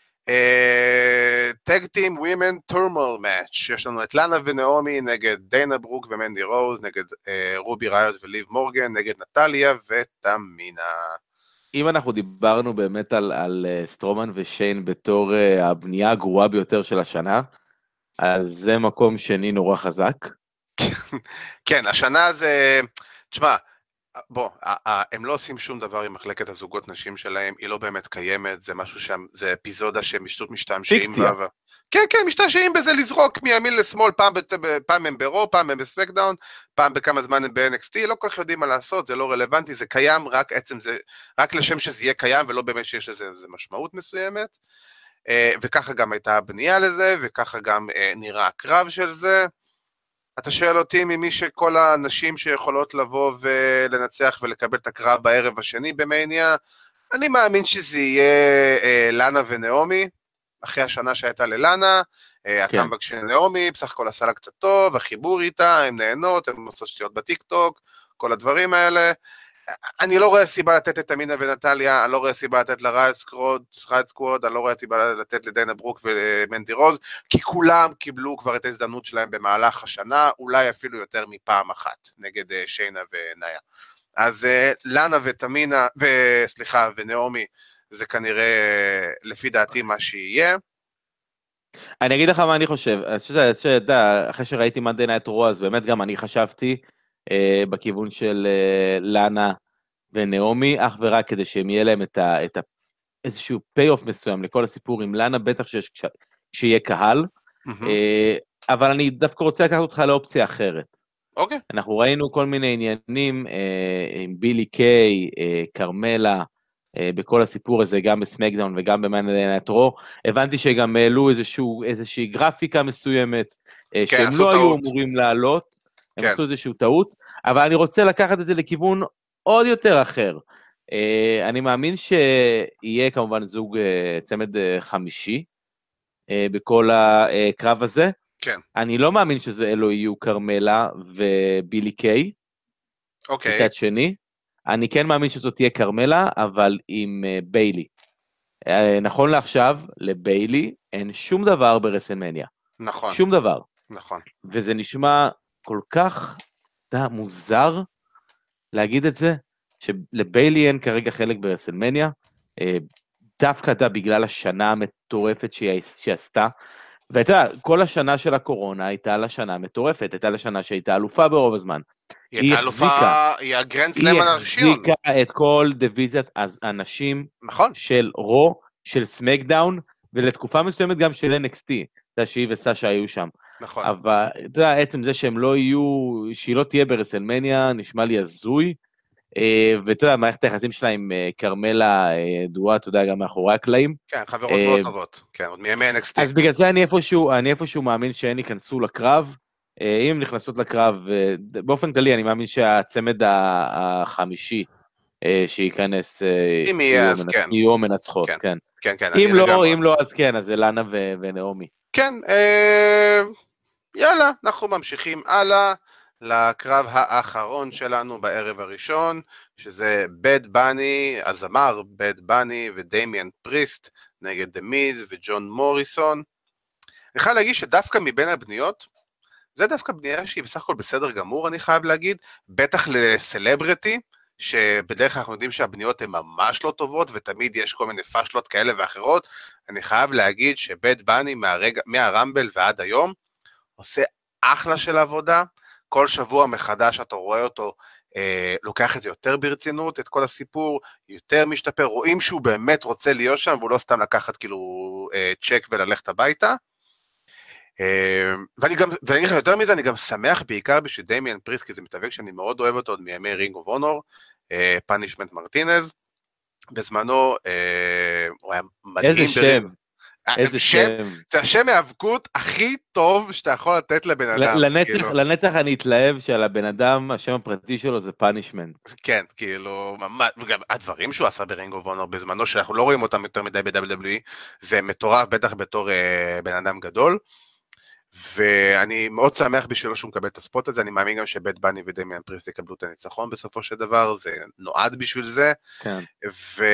טאג טים ווימן טורמל מאץ', יש לנו את לאנה ונעמי נגד דיינה ברוק ומנדי רוז, נגד רובי ריוט וליב מורגן, נגד נטליה ותמינה. אם אנחנו דיברנו באמת על, על סטרומן ושיין בתור הבנייה הגרועה ביותר של השנה, אז זה מקום שני נורא חזק. כן, השנה זה, תשמע, בוא, הם לא עושים שום דבר עם מחלקת הזוגות נשים שלהם, היא לא באמת קיימת, זה משהו שם, זה אפיזודה שהם משתמשים בה. כן, כן, משתמשים בזה לזרוק מימין לשמאל, פעם, פעם הם ברו, פעם הם בסמקדאון, פעם בכמה זמן הם ב-אן אקס טי, לא כל כך יודעים מה לעשות, זה לא רלוונטי, זה קיים, רק עצם זה, רק לשם שזה יהיה קיים, ולא באמת שיש לזה משמעות מסוימת, וככה גם הייתה הבנייה לזה, וככה גם נראה הקרב של זה. אתה שואל אותי ממי שכל האנשים שיכולות לבוא ולנצח ולקבל את הקרב בערב השני במאניה, אני מאמין שזה יהיה אה, לאנה ונעמי, אחרי השנה שהייתה ללאנה, אה, כן. הקמבק של נעמי, בסך הכל עשה לה קצת טוב, החיבור איתה, הם נהנות, הם עושות שטויות בטיק טוק, כל הדברים האלה. אני לא רואה סיבה לתת את תמינה ונטליה, אני לא רואה סיבה לתת לרייט סקווד, רייט סקווד, אני לא רואה סיבה לתת לדיינה ברוק ומנדי רוז, כי כולם קיבלו כבר את ההזדמנות שלהם במהלך השנה, אולי אפילו יותר מפעם אחת, נגד שיינה ונאיה. אז לאנה ותמינה, וסליחה, ונעמי, זה כנראה לפי דעתי מה שיהיה. אני אגיד לך מה אני חושב, אחרי שראיתי Monday Night Raw, אז באמת גם אני חשבתי, Uh, בכיוון של uh, לאנה ונעמי, אך ורק כדי שהם יהיה להם את, ה, את ה, איזשהו פי-אוף מסוים לכל הסיפור עם לאנה, בטח שיש, שיהיה קהל, mm-hmm. uh, אבל אני דווקא רוצה לקחת אותך לאופציה אחרת. אוקיי. Okay. אנחנו ראינו כל מיני עניינים uh, עם בילי קיי, uh, קרמלה, בכל הסיפור הזה, גם בסמקדאון וגם במאנדיי נייט רו. הבנתי שגם העלו איזשהו, איזושהי גרפיקה מסוימת, כן, שהם לא טעות. היו אמורים לעלות, הם כן. עשו איזשהו טעות, אבל אני רוצה לקחת את זה לכיוון עוד יותר אחר. אני מאמין שיהיה כמובן זוג צמד חמישי, בכל הקרב הזה. כן. אני לא מאמין שזה אלו יהיו קרמלה ובילי קיי. אוקיי. מצד שני. אני כן מאמין שזאת תהיה קרמלה, אבל עם ביילי. נכון לעכשיו, לביילי אין שום דבר ברסלמניה. נכון. שום דבר. נכון. וזה נשמע כל כך דה, מוזר להגיד את זה, שלביילי אין כרגע חלק ברסלמניה, דווקא דה בגלל השנה המטורפת שהיא, שהיא עשתה, והייתה, כל השנה של הקורונה הייתה לה שנה מטורפת, הייתה לה שנה שהייתה אלופה ברוב הזמן. היא הייתה אלופה, היא הגרנד סלאם הראשון. היא החזיקה את כל דיוויזיית הנשים נכון. של רו, של סמקדאון, ולתקופה מסוימת גם של אן אקס טי, אתה יודע שהיא וסשה היו שם. נכון. אבל אתה יודע, עצם זה שהם לא יהיו, שהיא לא תהיה ברסלמניה, נשמע לי הזוי, ואתה יודע, מערכת היחסים שלה עם קרמלה דואה, אתה יודע, גם מאחורי הקלעים. כן, חברות מאוד טובות, כן, עוד מימי אן אקס טי. אז בגלל זה אני איפשהו, אני איפשהו מאמין שהן ייכנסו לקרב, אם הן נכנסות לקרב, באופן כללי אני מאמין שהצמד החמישי שייכנס, אם יהיה אז כן. יהיו מנצחות, כן. כן, כן. אם לא, אם לא אז כן, אז זה לנה ונעמי. כן, יאללה, אנחנו ממשיכים הלאה. לקרב האחרון שלנו בערב הראשון, שזה בד בני, הזמר בד בני ודמיאן פריסט נגד דה מיז וג'ון מוריסון. אני חייב להגיד שדווקא מבין הבניות, זה דווקא בנייה שהיא בסך הכל בסדר גמור, אני חייב להגיד, בטח לסלבריטי, שבדרך כלל אנחנו יודעים שהבניות הן ממש לא טובות, ותמיד יש כל מיני פשלות כאלה ואחרות. אני חייב להגיד שבד בני מהרגע, מהרמבל ועד היום, עושה אחלה של עבודה, כל שבוע מחדש אתה רואה אותו, אה, לוקח את זה יותר ברצינות, את כל הסיפור, יותר משתפר, רואים שהוא באמת רוצה להיות שם, והוא לא סתם לקחת כאילו אה, צ'ק וללכת הביתה, אה, ואני גם, ואני אגיד לך יותר מזה, אני גם שמח בעיקר בשביל דמיאן פריסט, כי זה מתאבק שאני מאוד אוהב אותו, עוד מימי רינג אוף אונור, אה, פאנישמנט מרטינז, בזמנו, אה, הוא היה מדהים. איזה שם. איזה שם. זה השם ההאבקות הכי טוב שאתה יכול לתת לבן אדם. לנצח, לנצח אני אתלהב שעל הבן אדם, השם הפרטי שלו זה פאנישמנט. כן, כאילו, וגם הדברים שהוא עשה ברינג אוף אונור בזמנו, שאנחנו לא רואים אותם יותר מדי ב-דאבליו דאבליו אי, זה מטורף, בטח בתור בן אדם גדול, ואני מאוד שמח בשבילו שהוא מקבל את הספוט הזה, אני מאמין גם שבית בני ודמיאן פריסט יקבלו את הניצחון בסופו של דבר, זה נועד בשביל זה, ו...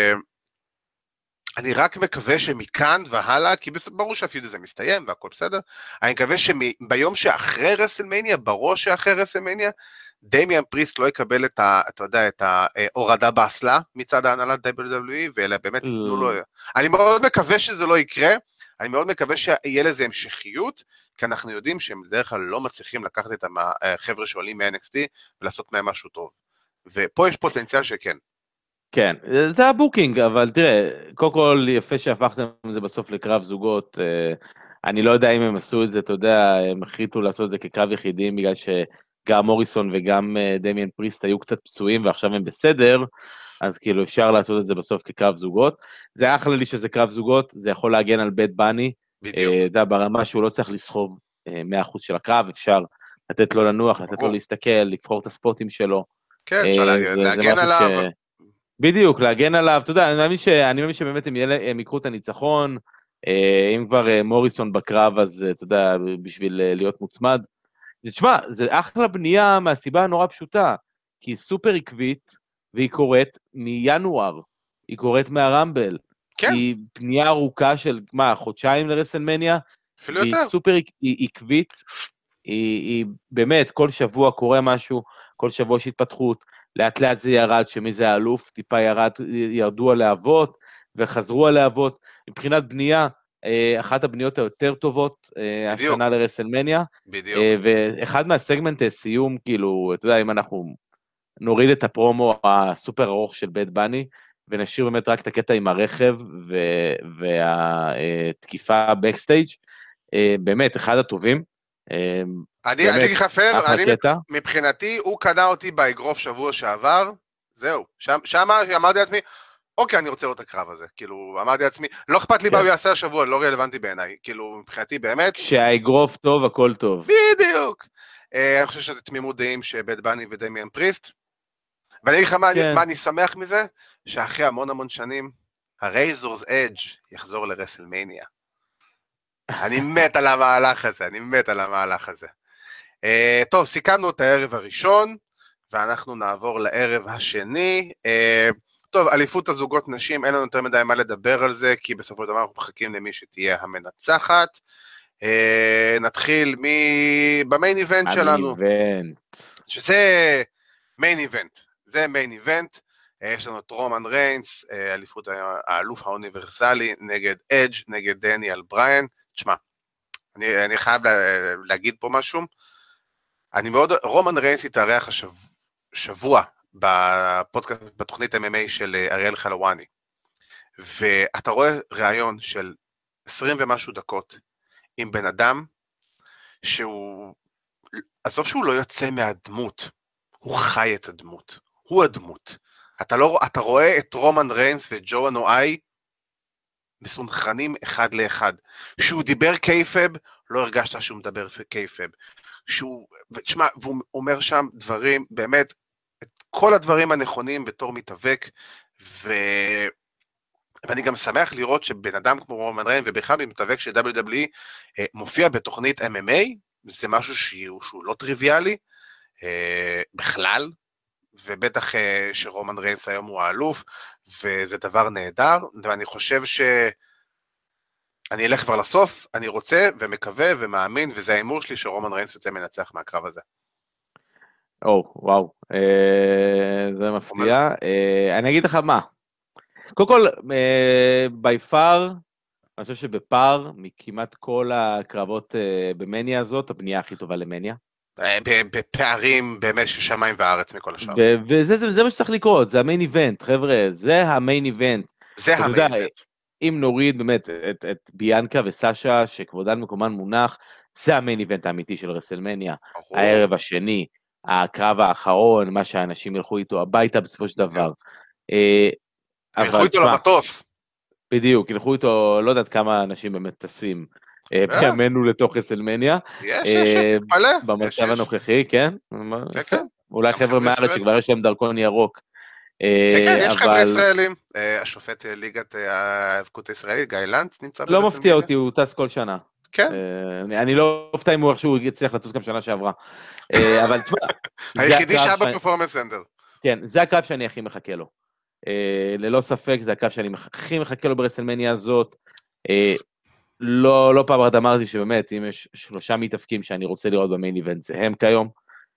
אני רק מקווה שמכאן והלאה, כי ברור שהפיוד הזה מסתיים והכל בסדר, אני מקווה שביום שאחרי רסלמניה, בראש שאחרי רסלמניה, דמיאן פריסט לא יקבל את ה, אתה יודע, את ההורדה באסלה מצד ההנהלת דאבליו דאבליו אי, ואלה באמת תנו לו, אני מאוד מקווה שזה לא יקרה, אני מאוד מקווה שיהיה לזה המשכיות, כי אנחנו יודעים שהם בדרך כלל לא מצליחים לקחת את החבר'ה שעולים מ-אן אקס טי, ולעשות מהם משהו טוב, ופה יש פוטנציאל שכן. כן, זה הבוקינג, אבל תראה, קודם כל יפה שהפכתם את זה בסוף לקרב זוגות, אני לא יודע אם הם עשו את זה, אתה יודע, הם החליטו לעשות את זה כקרב יחידים, בגלל שגם מוריסון וגם דמיאן פריסט היו קצת פצועים, ועכשיו הם בסדר, אז כאילו אפשר לעשות את זה בסוף כקרב זוגות, זה אחלה לי שזה קרב זוגות, זה יכול להגן על בית בני, אתה יודע, ברמה שהוא לא צריך לסחוב מאה אחוז של הקרב, אפשר לתת לו לנוח, לתת לו להסתכל, לבחור את הספוטים שלו. כן, אפשר להגן עליו. בדיוק, להגן עליו, אתה יודע, אני מאמין, ש... אני מאמין שבאמת הם, יל... הם יקרו את הניצחון, אם כבר מוריסון בקרב, אז אתה יודע, בשביל להיות מוצמד, זה תשמע, זה אחלה בנייה מהסיבה הנורא פשוטה, כי היא סופר עקבית, והיא קורית מינואר, היא קורית מהרמבל, כן. היא בנייה ארוכה של, מה, חודשיים לרסלמניה, אפילו והיא יותר. סופר היא עקבית, היא, היא באמת, כל שבוע קורה משהו, כל שבוע יש התפתחות, לאט לאט זה ירד, שמי זה האלוף, טיפה ירד, ירדו הלהבות, וחזרו הלהבות, מבחינת בנייה, אחת הבניות היותר טובות, בדיוק. השנה לרסלמניה, בדיוק. ואחד מהסגמנטי סיום, כאילו, אתה יודע, אם אנחנו נוריד את הפרומו הסופר ארוך של בית בני, ונשאיר באמת רק את הקטע עם הרכב, והתקיפה בקסטייג', באמת, אחד הטובים, אני אגיד לך פייר, מבחינתי הוא קנה אותי באגרוף שבוע שעבר, זהו, שם אמרתי לעצמי, אוקיי, אני רוצה לראות את הקרב הזה, כאילו, אמרתי לעצמי, לא אכפת לי מה הוא יעשה השבוע, לא רלוונטי בעיניי, כאילו, מבחינתי באמת. כשהאגרוף טוב, הכל טוב. בדיוק. אני חושב שזה תמימות דעים שבית בני ודמיאן פריסט, ואני אגיד לך מה אני שמח מזה, שאחרי המון המון שנים, הרייזורס אדג' יחזור לרסלמניה. אני מת על המהלך הזה, אני מת על המהלך הזה. טוב, סיכמנו את הערב הראשון, ואנחנו נעבור לערב השני. טוב, אליפות הזוגות נשים, אין לנו יותר מדי מה לדבר על זה, כי בסופו של דבר אנחנו מחכים למי שתהיה המנצחת. נתחיל במיין איבנט שלנו. שזה מיין איבנט, זה מיין איבנט. יש לנו את רומן ריינס, אליפות האלוף האוניברסלי, נגד אדג' נגד דניאל בריין. תשמע, אני, אני חייב לה, להגיד פה משהו. אני מאוד, רומן ריינס התארח השבוע בפודקאסט, בתוכנית אם אם איי של אריאל חלואני, ואתה רואה ראיון של עשרים ומשהו דקות עם בן אדם שהוא, עזוב שהוא לא יוצא מהדמות, הוא חי את הדמות, הוא הדמות. אתה, לא, אתה רואה את רומן ריינס וג'ו נואי מסונכרנים אחד לאחד. כשהוא דיבר קייפב, לא הרגשת שהוא מדבר קייפב. כשהוא, ותשמע, והוא אומר שם דברים, באמת, את כל הדברים הנכונים בתור מתאבק, ו... ואני גם שמח לראות שבן אדם כמו רומן ריינס, ובכלל מתאבק של דאבליו דאבליו אי, מופיע בתוכנית אם אם איי, זה משהו שהוא, שהוא לא טריוויאלי, בכלל, ובטח שרומן ריינס היום הוא האלוף, וזה דבר נהדר, ואני חושב ש... אני אלך כבר לסוף, אני רוצה ומקווה ומאמין, וזה האמור שלי שרומן ריינס יוצא מנצח מהקרב הזה. או, וואו, אה, זה מפתיע. אה, אני אגיד לך מה, קודם כל, אה, by far, אני חושב שבפאר, מכמעט כל הקרבות אה, במניה הזאת, הבנייה הכי טובה למניה. בפערים באמת של שמיים וארץ מכל השאר. וזה זה, זה מה שצריך לקרות, זה המיין איבנט, חבר'ה, זה המיין איבנט. זה המיין איבנט. אם נוריד באמת את, את ביאנקה וסשה, שכבודן מקומן מונח, זה המיין איבנט האמיתי של רסלמניה. הערב השני, הקרב האחרון, מה שהאנשים ילכו איתו הביתה בסופו של דבר. ילכו איתו למטוס. בדיוק, ילכו איתו, לא יודעת כמה אנשים באמת טסים. בימינו לתוך רסלמניה. יש, יש, מלא. במצב הנוכחי, כן? אולי חבר'ה מהארץ שכבר יש להם דרכון ירוק. כן, כן, יש חבר'ה ישראלים. השופט ליגת האבקות הישראלית, גיא לנץ, נמצא ברסלמניה. לא מפתיע אותי, הוא טס כל שנה. כן. אני לא אופתע אם הוא איכשהו יצליח לטוס גם שנה שעברה. אבל תשמע... היחידי שהיה בפרפורמנס סנטר. כן, זה הקרב שאני הכי מחכה לו. ללא ספק, זה הקרב שאני הכי מחכה לו ברסלמניה הזאת. לא, לא פעם אחת אמרתי שבאמת, אם יש שלושה מתאבקים שאני רוצה לראות במיין איבנט, זה הם כיום.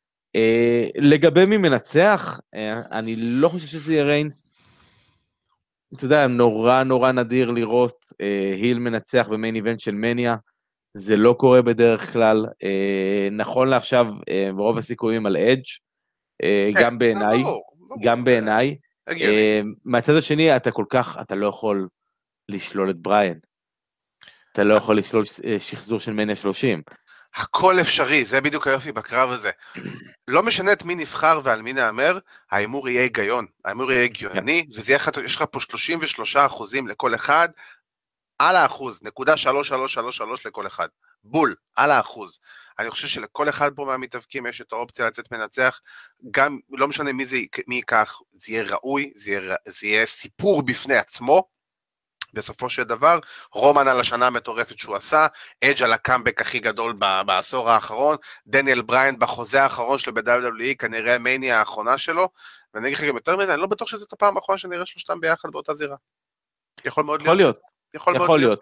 לגבי מי מנצח, אני לא חושב שזה יהיה ריינס. אתה יודע, נורא נורא נדיר לראות היל מנצח במיין איבנט של מניה, זה לא קורה בדרך כלל. נכון לעכשיו, ברוב הסיכויים על אדג', גם בעיניי, גם בעיניי. מהצד השני, אתה כל כך, אתה לא יכול לשלול את בריין. אתה לא יכול לשלול שחזור של מניה שלושים. הכל אפשרי, זה בדיוק היופי בקרב הזה. לא משנה את מי נבחר ועל מי נאמר, האמור יהיה היגיון, האמור יהיה הגיוני, וזה יהיה, יש לך פה שלושים ושלושה אחוזים לכל אחד, על האחוז, נקודה שלוש שלוש שלוש שלוש לכל אחד, בול, על האחוז. אני חושב שלכל אחד פה מהמתאבקים יש את האופציה לצאת מנצח, גם לא משנה מי זה, מי ייקח, זה יהיה ראוי, זה יהיה, זה יהיה סיפור בפני עצמו, בסופו של דבר, רומן על השנה המטורפת שהוא עשה, אדג' על הקאמבק הכי גדול בעשור האחרון, דניאל בריין בחוזה האחרון שלו ב-דאבליו דאבליו אי, כנראה המניה האחרונה שלו, ואני אגיד לך גם יותר מזה, אני לא בטוח שזאת הפעם האחרונה שנראה שלושתם ביחד באותה זירה. יכול מאוד יכול להיות. יכול מאוד להיות.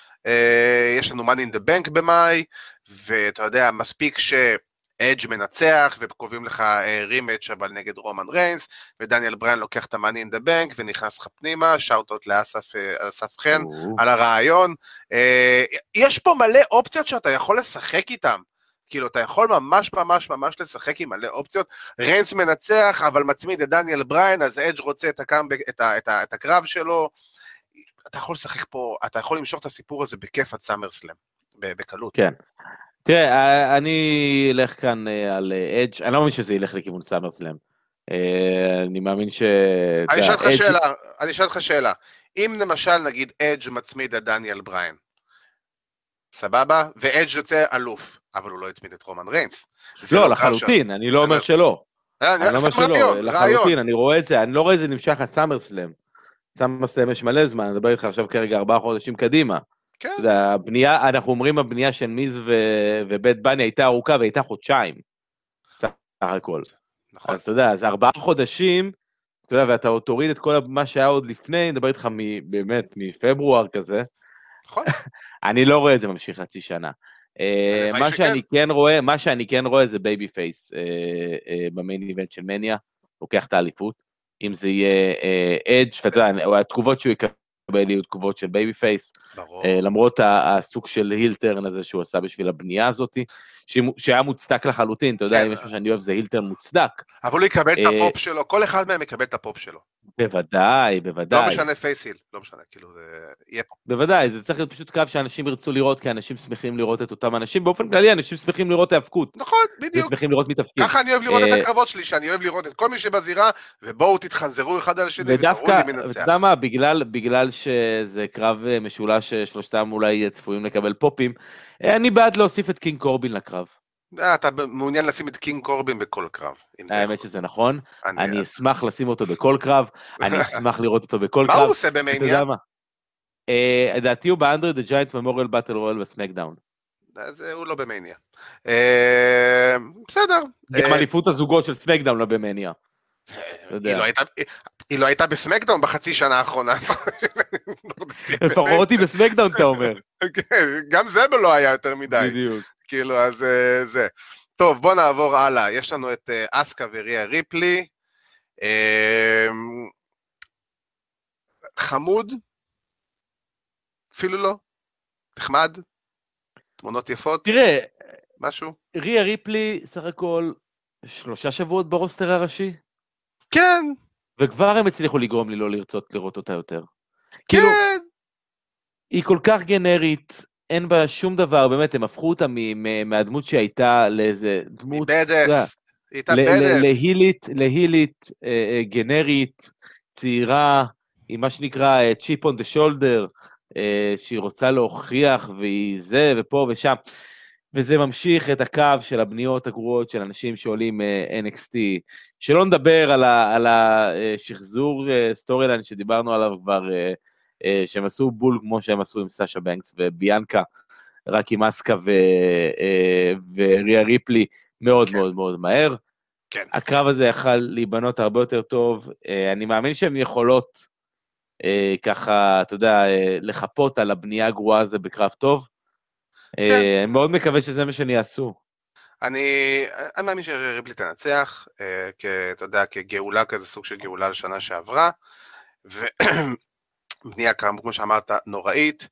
יש לנו Money in the Bank במאי, ואתה יודע, מספיק ש... אדג' מנצח, וקובעים לך רימץ' אבל נגד רומן ריינס, ודניאל בריין לוקח את המאני אין דה בנק, ונכנס לך פנימה, שאוטות לאסף חן, על הרעיון. יש פה מלא אופציות שאתה יכול לשחק איתם, כאילו אתה יכול ממש ממש ממש לשחק עם מלא אופציות, ריינס מנצח, אבל מצמיד את דניאל בריין, אז אדג' רוצה את, הקאמבק, את, ה, את, ה, את הקרב שלו, אתה יכול לשחק פה, אתה יכול למשוך את הסיפור הזה בכיף עד סאמרסלאם, בקלות. כן. תראה, אני אלך כאן על אדג', אני לא מאמין שזה ילך לכיוון סאמרסלאם. אני מאמין ש... אני אשאל אותך שאלה, אני אשאל אותך שאלה. אם למשל נגיד אדג' מצמיד את דניאל בריין, סבבה? ואדג' יוצא אלוף, אבל הוא לא הצמיד את רומן ריינס. לא, לחלוטין, אני לא אומר שלא. אני לא אומר שלא, לחלוטין, אני רואה את זה, אני לא רואה את זה נמשך עד סאמרסלאם. סאמרסלאם יש מלא זמן, אני מדבר איתך עכשיו כרגע ארבעה חודשים קדימה. כן. הבנייה, אנחנו אומרים הבנייה של מיז ובית בני הייתה ארוכה והייתה חודשיים. סך הכל. נכון. אז אתה יודע, אז ארבעה חודשים, אתה יודע, ואתה תוריד את כל מה שהיה עוד לפני, נדבר איתך באמת מפברואר כזה. נכון. אני לא רואה את זה ממשיך חצי שנה. מה שאני כן רואה, מה שאני כן רואה זה בייבי פייס במיין איבנט של מניה, לוקח את האליפות, אם זה יהיה אדג' ואתה יודע, התגובות שהוא יקבל יהיו תגובות של בייבי פייס, למרות הסוג של הילטרן הזה שהוא עשה בשביל הבנייה הזאת, שהיה מוצדק לחלוטין, אתה יודע, אם יש מה שאני אוהב זה הילטרן מוצדק. אבל הוא יקבל את הפופ שלו, כל אחד מהם יקבל את הפופ שלו. בוודאי, בוודאי. לא משנה פייסיל, לא משנה, כאילו זה יהיה פה. בוודאי, זה צריך להיות פשוט קו שאנשים ירצו לראות, כי אנשים שמחים לראות את אותם אנשים, באופן כללי אנשים שמחים לראות האבקות. נכון, בדיוק. שמחים לראות מתפקיד. ככה אני אוהב לראות את הקרבות שלי, שאני אוהב לראות את כל מי שבזירה, ובואו תתחנזרו אחד על השני, ותראו לי מי נצח. אתה יודע מה, בגלל שזה קרב משולש ששלושתם אולי צפויים לקבל פופים, אני בעד להוסיף את קינג קורבין לקרב. אתה מעוניין לשים את קינג קורבין בכל קרב. האמת שזה נכון, אני אשמח לשים אותו בכל קרב, אני אשמח לראות אותו בכל קרב. מה הוא עושה במניה? אתה יודע מה? לדעתי הוא באנדרי דה ג'יינט ממוריאל באטל רויאל בסמקדאון. אז הוא לא במניה. בסדר. גם אליפות הזוגות של סמקדאון לא במניה. היא לא הייתה בסמקדאון בחצי שנה האחרונה. לפחות היא בסמקדאון אתה אומר. גם זה לא היה יותר מדי. בדיוק. כאילו, אז זה. טוב, בוא נעבור הלאה. יש לנו את אסקה וריה ריפלי. חמוד? אפילו לא. נחמד? תמונות יפות? תראה, משהו? ריה ריפלי, סך הכל, שלושה שבועות ברוסטר הראשי? כן. וכבר הם הצליחו לגרום לי לא לרצות לראות אותה יותר. כן. כאילו, היא כל כך גנרית, אין בה שום דבר, באמת, הם הפכו אותה מהדמות שהייתה לאיזה דמות... מבדס. היא הייתה בדס. להילית, להילית, גנרית, צעירה, עם מה שנקרא צ'יפ און דה שולדר, שהיא רוצה להוכיח, והיא זה ופה ושם. וזה ממשיך את הקו של הבניות הגרועות של אנשים שעולים אן אקס טי, שלא נדבר על, ה, על השחזור סטורי ליין שדיברנו עליו כבר, שהם עשו בול כמו שהם עשו עם סאשה בנקס וביאנקה, רק עם אסקה ו, וריה ריפלי מאוד כן. מאוד מאוד מהר. כן. הקרב הזה יכל להיבנות הרבה יותר טוב, אני מאמין שהן יכולות ככה, אתה יודע, לחפות על הבנייה הגרועה הזה בקרב טוב, אני מאוד מקווה שזה מה שאני אעשו. אני מאמין שריפלי תנצח, אתה יודע, כגאולה כזה, סוג של גאולה לשנה שעברה, ובנייה כמו שאמרת נוראית.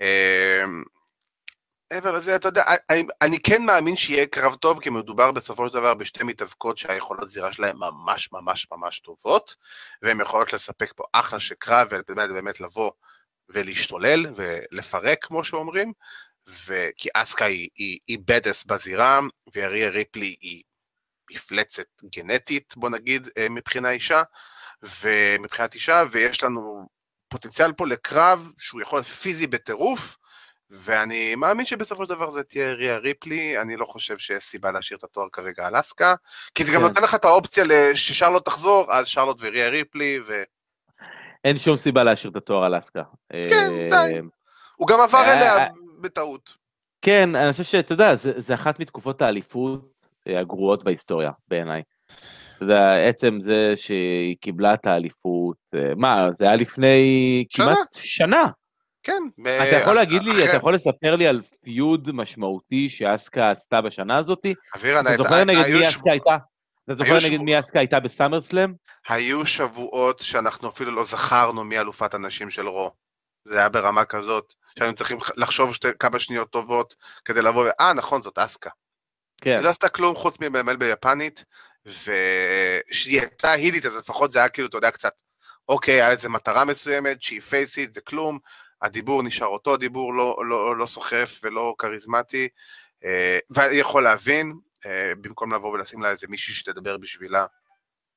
עבר לזה, אתה יודע, אני כן מאמין שיהיה קרב טוב, כי מדובר בסופו של דבר בשתי מתאבקות שהיכולות זירה שלהן ממש ממש ממש טובות, והן יכולות לספק פה אחלה שקרב, ובאמת באמת לבוא ולהשתולל ולפרק כמו שאומרים, וכי אסקה היא, היא, היא בדס בזירה, וריה ריפלי היא מפלצת גנטית, בוא נגיד, מבחינה אישה, ומבחינת אישה, ויש לנו פוטנציאל פה לקרב, שהוא יכול להיות פיזי בטירוף, ואני מאמין שבסופו של דבר זה תהיה ריה ריפלי, אני לא חושב שיש סיבה להשאיר את התואר כרגע על אסקה, כי זה גם נותן לך את האופציה ששרלוט תחזור, אז שרלוט וריה ריפלי, ו... אין שום סיבה להשאיר את התואר על אסקה. כן, די. הוא גם עבר אליה בטעות. כן, אני חושב שאתה יודע, זה אחת מתקופות האליפות הגרועות בהיסטוריה, בעיניי. אתה יודע, עצם זה שהיא קיבלה את האליפות, מה, זה היה לפני כמעט שנה. כן. אתה יכול להגיד לי, אתה יכול לספר לי על פיוד משמעותי שאסקה עשתה בשנה הזאת? אתה זוכר נגד מי אסקה הייתה? אתה זוכר נגד מי אסקה הייתה בסאמרסלאם? היו שבועות שאנחנו אפילו לא זכרנו מי אלופת הנשים של רו. זה היה ברמה כזאת, שהיינו צריכים לחשוב כמה שניות טובות, כדי לבוא, אה נכון, זאת אסקה. היא לא עשתה כלום חוץ מבאמל ביפנית, ושהיא הייתה הילית, אז לפחות זה היה כאילו, אתה יודע, קצת, אוקיי, היה איזו מטרה מסוימת, שהיא פייסית, זה כלום, הדיבור נשאר אותו דיבור, לא, לא, לא סוחף ולא קריזמטי, ואני יכול להבין, במקום לבוא ולשים לה איזה מישהי שתדבר בשבילה,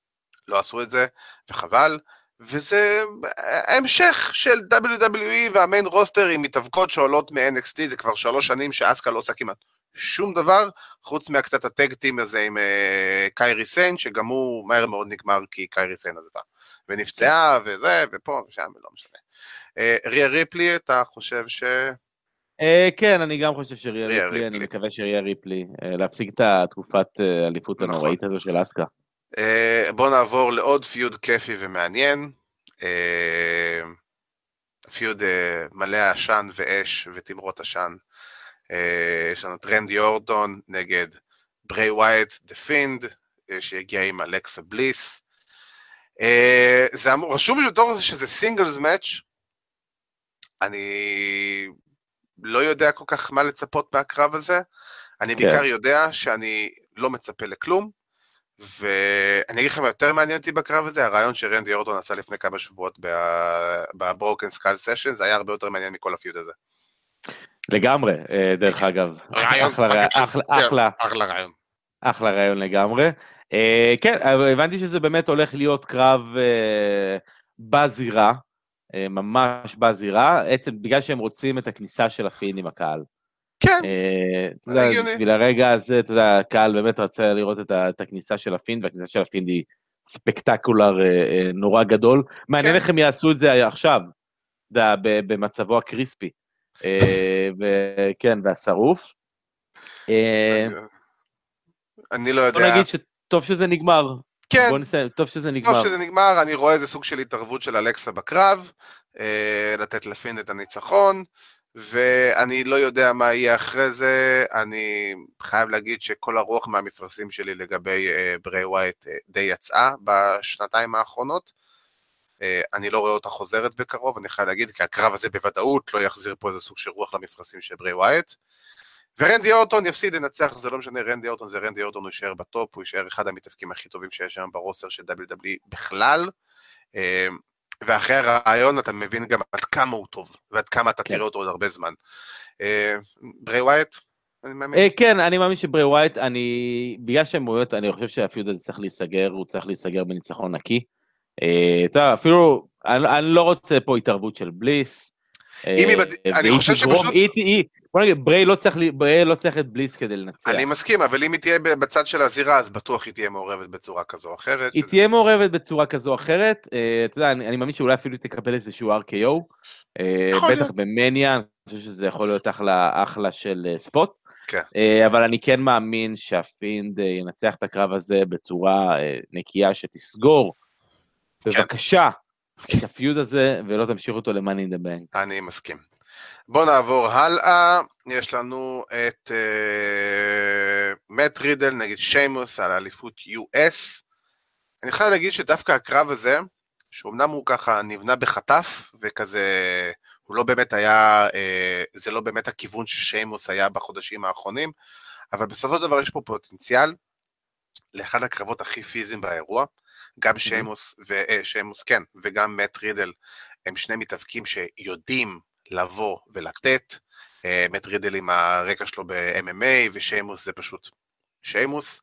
לא עשו את זה, וחבל, וזה המשך של דאבליו דאבליו אי והמיין רוסטר עם מתאבקות שעולות מ-אן אקס טי, זה כבר שלוש שנים שאסקה לא עושה כמעט שום דבר, חוץ מהקצת הטג-טים הזה עם uh, קיירי סיין, שגם הוא מהר מאוד נגמר כי קיירי סיין עזבה, ונפצעה וזה, ופה ושם, ולא משנה. Uh, ריה ריפלי, אתה חושב ש... Uh, כן, אני גם חושב שריה ריפלי, ריפלי, אני מקווה שריה ריפלי, uh, להפסיק את התקופת אליפות uh, נכון. הנוראית הזו של אסקה. Uh, בואו נעבור לעוד פיוד כיפי ומעניין, uh, פיוד uh, מלא עשן ואש ותמרות עשן, uh, יש לנו את רנדי אורטון נגד ברי ווייט דה פינד, uh, שהגיע עם אלכסה בליס, uh, זה אמור, רשום בתור זה שזה סינגלס מאץ', אני לא יודע כל כך מה לצפות מהקרב הזה, אני okay. בעיקר יודע שאני לא מצפה לכלום, ואני אגיד לכם יותר מעניין אותי בקרב הזה, הרעיון שרנדי אורטון עשה לפני כמה שבועות בברוקן סקל סשן, זה היה הרבה יותר מעניין מכל הפיוד הזה. לגמרי, דרך אגב. רעיון, אחלה, אחלה, אחלה, אחלה רעיון. אחלה רעיון לגמרי. כן, הבנתי שזה באמת הולך להיות קרב בזירה, ממש בזירה, עצם בגלל שהם רוצים את הכניסה של הפין עם הקהל. כן, בשביל הרגע הזה, אתה יודע, הקהל באמת רצה לראות את הכניסה של הפינד, והכניסה של הפינד היא ספקטקולר נורא גדול. מעניין איך הם יעשו את זה עכשיו, במצבו הקריספי. כן, והשרוף. אני לא יודע. בוא נגיד שטוב שזה נגמר. כן. בוא נסיים, טוב שזה נגמר. טוב שזה נגמר, אני רואה איזה סוג של התערבות של אלכסה בקרב, לתת לפינד את הניצחון, ואני לא יודע מה יהיה אחרי זה, אני חייב להגיד שכל הרוח מהמפרסים שלי לגבי ברי ווייט די יצאה בשנתיים האחרונות, אני לא רואה אותה חוזרת בקרוב, אני חייב להגיד, כי הקרב הזה בוודאות לא יחזיר פה איזה סוג של רוח למפרסים של ברי ווייט, ורנדי אורטון יפסיד לנצח, זה לא משנה, רנדי אורטון זה רנדי אורטון, הוא יישאר בטופ, הוא יישאר אחד המתאבקים הכי טובים שיש שם ברוסטר של דאבליו דאבליו אי בכלל, ואחרי הרעיון אתה מבין גם עד כמה הוא טוב, ועד כמה אתה תראה אותו עוד הרבה זמן. ברי ווייט? כן, אני מאמין שברי ווייט, אני, בגלל שהם רואות, אני חושב שהפיוד הזה צריך להיסגר, הוא צריך להיסגר בניצחון נקי. אפילו, אני לא רוצה פה התערבות של בליס. אני חושב שפשוט... בוא נגיד, ברי לא צריך, ברי לא צריך את בליס כדי לנצח. אני מסכים, אבל אם היא תהיה בצד של הזירה, אז בטוח היא תהיה מעורבת בצורה כזו או אחרת. היא תהיה מעורבת בצורה כזו או אחרת, אתה יודע, אני מאמין שאולי אפילו תקבל איזשהו אר קיי או, בטח במניה, אני חושב שזה יכול להיות אחלה של ספוט, אבל אני כן מאמין שהפינד ינצח את הקרב הזה בצורה נקייה שתסגור, בבקשה, את הפיוד הזה, ולא תמשיך אותו ל-Money in the Bank. אני מסכים. בואו נעבור הלאה, יש לנו את מאט רידל נגד שיימוס על אליפות יו אס. אני חייב להגיד שדווקא הקרב הזה, שאומנם הוא ככה נבנה בחטף, וכזה, הוא לא באמת היה, זה לא באמת הכיוון ששיימוס היה בחודשים האחרונים, אבל בסופו של דבר יש פה פוטנציאל לאחד הקרבות הכי פיזיים באירוע, גם שיימוס, ושיימוס כן, וגם מאט רידל, הם שני מתאבקים שיודעים לבוא ולתת, מאט רידל עם הרקע שלו ב-אם אם איי, ושיימוס זה פשוט שיימוס,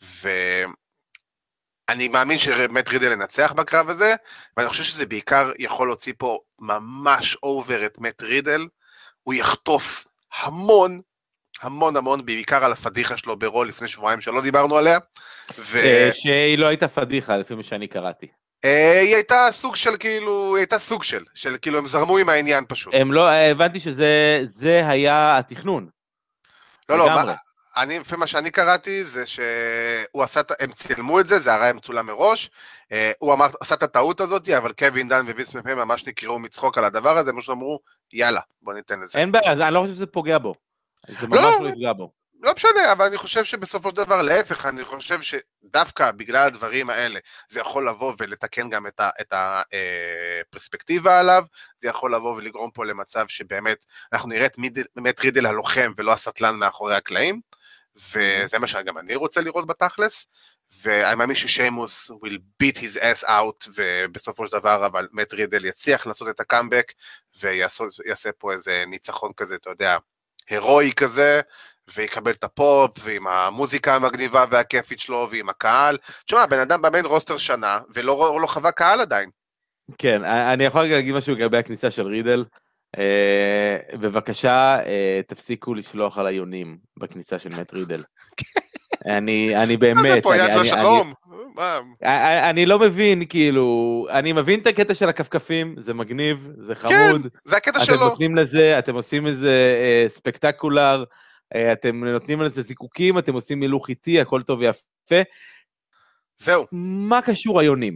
ואני מאמין שמאט רידל ינצח בקרב הזה, ואני חושב שזה בעיקר יכול להוציא פה ממש אובר את מאט רידל, הוא יחטוף המון, המון המון, בעיקר על הפדיחה שלו ברול לפני שבועיים שלא דיברנו עליה. שהיא לא הייתה פדיחה, לפי מה שאני קראתי. היא הייתה סוג של כאילו, היא הייתה סוג של, של כאילו הם זרמו עם העניין פשוט. הם לא, הבנתי שזה היה התכנון. לא, לא, אני, לפי מה שאני קראתי, זה שהוא עשה, הם צילמו את זה, זה הרי מצולם מראש, הוא אמר, עשה את הטעות הזאת, אבל קווין דן ווינס מקמן ממש נקראו מצחוק על הדבר הזה, כמו שאמרו, יאללה, בוא ניתן לזה. אין בעיה, אני לא חושב שזה פוגע בו. זה ממש לא יפגע בו. לא משנה, אבל אני חושב שבסופו של דבר, להפך, אני חושב שדווקא בגלל הדברים האלה, זה יכול לבוא ולתקן גם את הפרספקטיבה עליו, זה יכול לבוא ולגרום פה למצב שבאמת אנחנו נראה את מאט רידל הלוחם ולא הסטלן מאחורי הקלעים, וזה מה שגם אני רוצה לראות בתכלס, ואני מאמין ששיימוס will beat his ass out, ובסופו של דבר, אבל מאט רידל יצליח לעשות את הקאמבק, ויעשה פה איזה ניצחון כזה, אתה יודע, הירואי כזה, ויקבל את הפופ, ועם המוזיקה המגניבה והכיפית שלו, ועם הקהל. תשמע, בן אדם במיין רוסטר שנה, ולא לא חווה קהל עדיין. כן, אני יכול להגיד משהו לגבי הכניסה של רידל. בבקשה, תפסיקו לשלוח על היונים בכניסה של מאט רידל. אני, אני באמת... מה זה פה, יד לשלום? אני לא מבין, כאילו, אני מבין את הקטע של הכפכפים, זה מגניב, זה חמוד. כן, זה הקטע שלו. אתם נותנים לזה, אתם עושים איזה ספקטקולר, אתם נותנים לזה זיקוקים, אתם עושים מילוך איטי, הכל טוב ויפה. זהו. מה קשור היונים?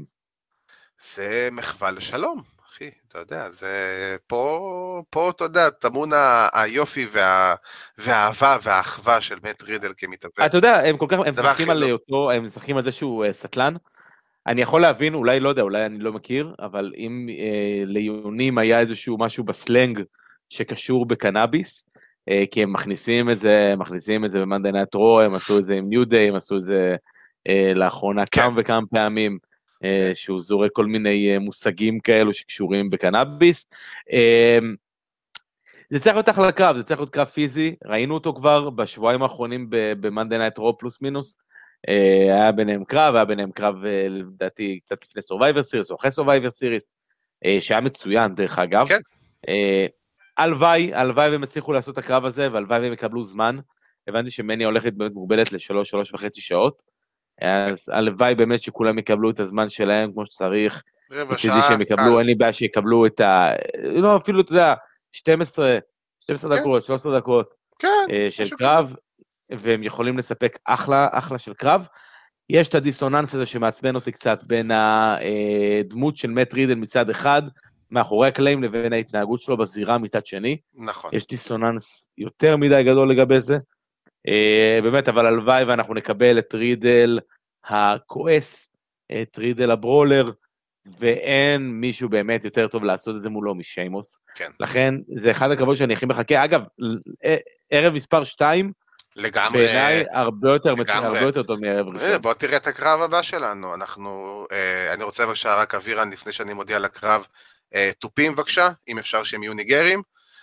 זה מחווה לשלום, אחי, אתה יודע, זה פה, פה אתה יודע, טמון היופי וה, והאהבה והאחווה של מאט רידל כמתאבק. אתה יודע, הם כל כך, הם משחקים על אותו, הם משחקים על זה שהוא סטלן. אני יכול להבין, אולי לא יודע, אולי אני לא מכיר, אבל אם אה, ליונים היה איזשהו משהו בסלנג שקשור בקנאביס, אה, כי הם מכניסים את זה, מכניסים את זה במאנדיי נייט רו, הם עשו את זה עם ניו דיי, הם עשו את זה אה, לאחרונה כן. כמה וכמה פעמים, אה, שהוא זורק כל מיני אה, מושגים כאלו שקשורים בקנאביס. אה, זה צריך להיות אחלה קרב, זה צריך להיות קרב פיזי, ראינו אותו כבר בשבועיים האחרונים במאנדיי נייט רו פלוס מינוס, היה ביניהם קרב, היה ביניהם קרב לדעתי קצת לפני Survivor Series או אחרי Survivor Series, שהיה מצוין דרך אגב. כן. הלוואי, הלוואי והם הצליחו לעשות את הקרב הזה, והלוואי והם יקבלו זמן. הבנתי שמניה הולכת באמת מוגבלת לשלוש, שלוש וחצי שעות, אז הלוואי באמת שכולם יקבלו את הזמן שלהם כמו שצריך. רבע שעה. שהם יקבלו, אין לי בעיה שיקבלו את ה... לא, אפילו אתה יודע, שתים עשרה, שתים עשרה דקות, שלוש עשרה דקות של קרב, והם יכולים לספק אחלה, אחלה של קרב. יש את הדיסוננס הזה שמעצבן אותי קצת בין הדמות של מאט רידל מצד אחד, מאחורי הקלעים לבין ההתנהגות שלו בזירה מצד שני. נכון. יש דיסוננס יותר מדי גדול לגבי זה. באמת, אבל הלוואי ואנחנו נקבל את רידל הכועס, את רידל הברולר, ואין מישהו באמת יותר טוב לעשות את זה מולו משיימוס. כן. לכן, זה אחד הקרבות שאני הכי מחכה. אגב, ערב מספר שתיים, לגמרי, בעיניי הרבה יותר מצליח, הרבה יותר טוב מערב ראשון. בוא תראה את הקרב הבא שלנו, אנחנו, אני רוצה בבקשה רק אווירן לפני שאני מודיע לקרב, טופים בבקשה, אם אפשר שהם יהיו ניגרים,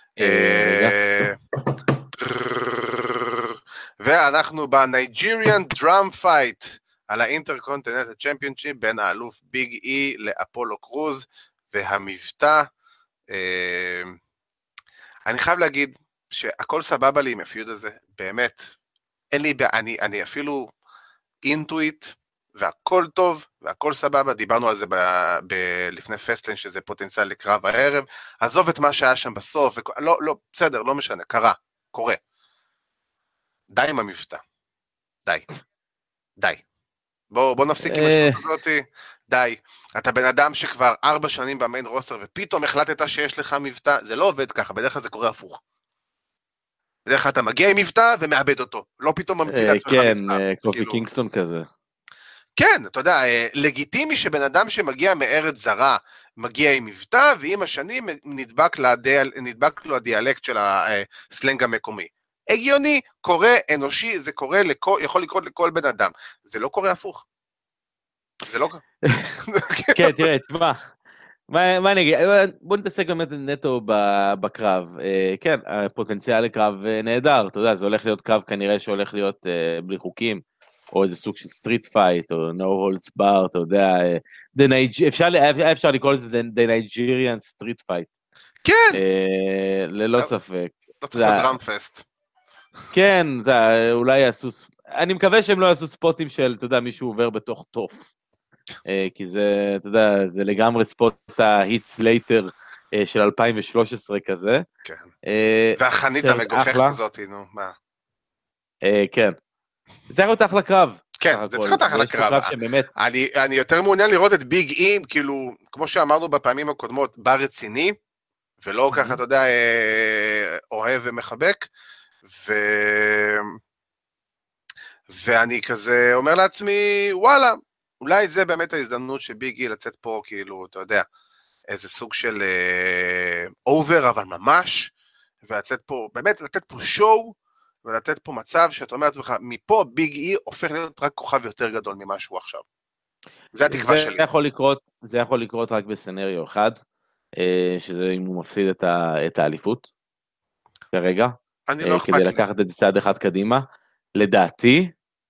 ואנחנו בנייג'יריאן דראם פייט, על האינטרקונטיננטל צ'מפיונשיפ, בין האלוף ביג אי לאפולו קרוז, והמבטא, אני חייב להגיד, שהכל סבבה לי עם הפיוד הזה, באמת, אין לי, אני, אני אפילו אינטואיט, והכל טוב, והכל סבבה, דיברנו על זה ב, ב, לפני פסטלין, שזה פוטנציאל לקרב הערב, עזוב את מה שהיה שם בסוף, וכ... לא, לא, בסדר, לא משנה, קרה, קורה. די עם המבטא, די, די. בוא, בוא נפסיק עם השטות הזאתי, די. אתה בן אדם שכבר ארבע שנים במיין רוסטר, ופתאום החלטת שיש לך מבטא, זה לא עובד ככה, בדרך כלל זה קורה הפוך. בדרך כלל אתה מגיע עם מבטא ומאבד אותו, לא פתאום ממציא לעצמך מבטא. כן, קופי קינגסטון כזה. כן, אתה יודע, לגיטימי שבן אדם שמגיע מארץ זרה, מגיע עם מבטא, ועם השנים נדבק לו הדיאלקט של הסלנג המקומי. הגיוני, קורה, אנושי, זה קורה, יכול לקרות לכל בן אדם. זה לא קורה הפוך. זה לא קורה. כן, תראה, תשמע. מה אני אגיד? בוא נתעסק באמת נטו בקרב. כן, הפוטנציאל לקרב נהדר, אתה יודע, זה הולך להיות קרב כנראה שהולך להיות בלי חוקים, או איזה סוג של סטריט פייט, או no holds bar, אתה יודע, אפשר לקרוא לזה the Nigerian street fight. כן! ללא ספק. לא צריך את דראם פסט. כן, אולי יעשו, אני מקווה שהם לא יעשו ספוטים של, אתה יודע, מישהו עובר בתוך טוף. כי זה, אתה יודע, זה לגמרי ספוט ההיטס לייטר של אלפיים ושלוש עשרה כזה. כן. והחנית המגוחכת הזאת, נו, מה? כן. זה צריך להיות אחלה קרב. כן, זה צריך להיות אחלה קרב. אני יותר מעוניין לראות את ביג אי, כאילו, כמו שאמרנו בפעמים הקודמות, בא רציני, ולא ככה, אתה יודע, אוהב ומחבק, ו... ואני כזה אומר לעצמי, וואלה, אולי זה באמת ההזדמנות שביגי לצאת פה, כאילו, אתה יודע, איזה סוג של אובר, אבל ממש, ולצאת פה, באמת לתת פה שואו, ולתת פה מצב שאתה אומר לך, מפה ביג אי הופך להיות רק כוכב יותר גדול ממה שהוא עכשיו. זה התקווה שלי. זה יכול לקרות, זה יכול לקרות רק בסנריו אחד, שזה אם הוא מפסיד את האליפות, כרגע. אני לא כדי לקחת את זה צעד אחד קדימה. לדעתי,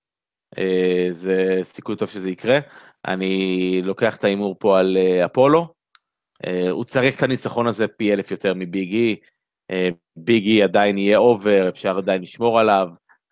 זה סיכוי טוב שזה יקרה. אני לוקח את האימור פה על אפולו, הוא צריך את הניצחון הזה פי אלף יותר מביגי, ביגי עדיין יהיה אובר, אפשר עדיין לשמור עליו,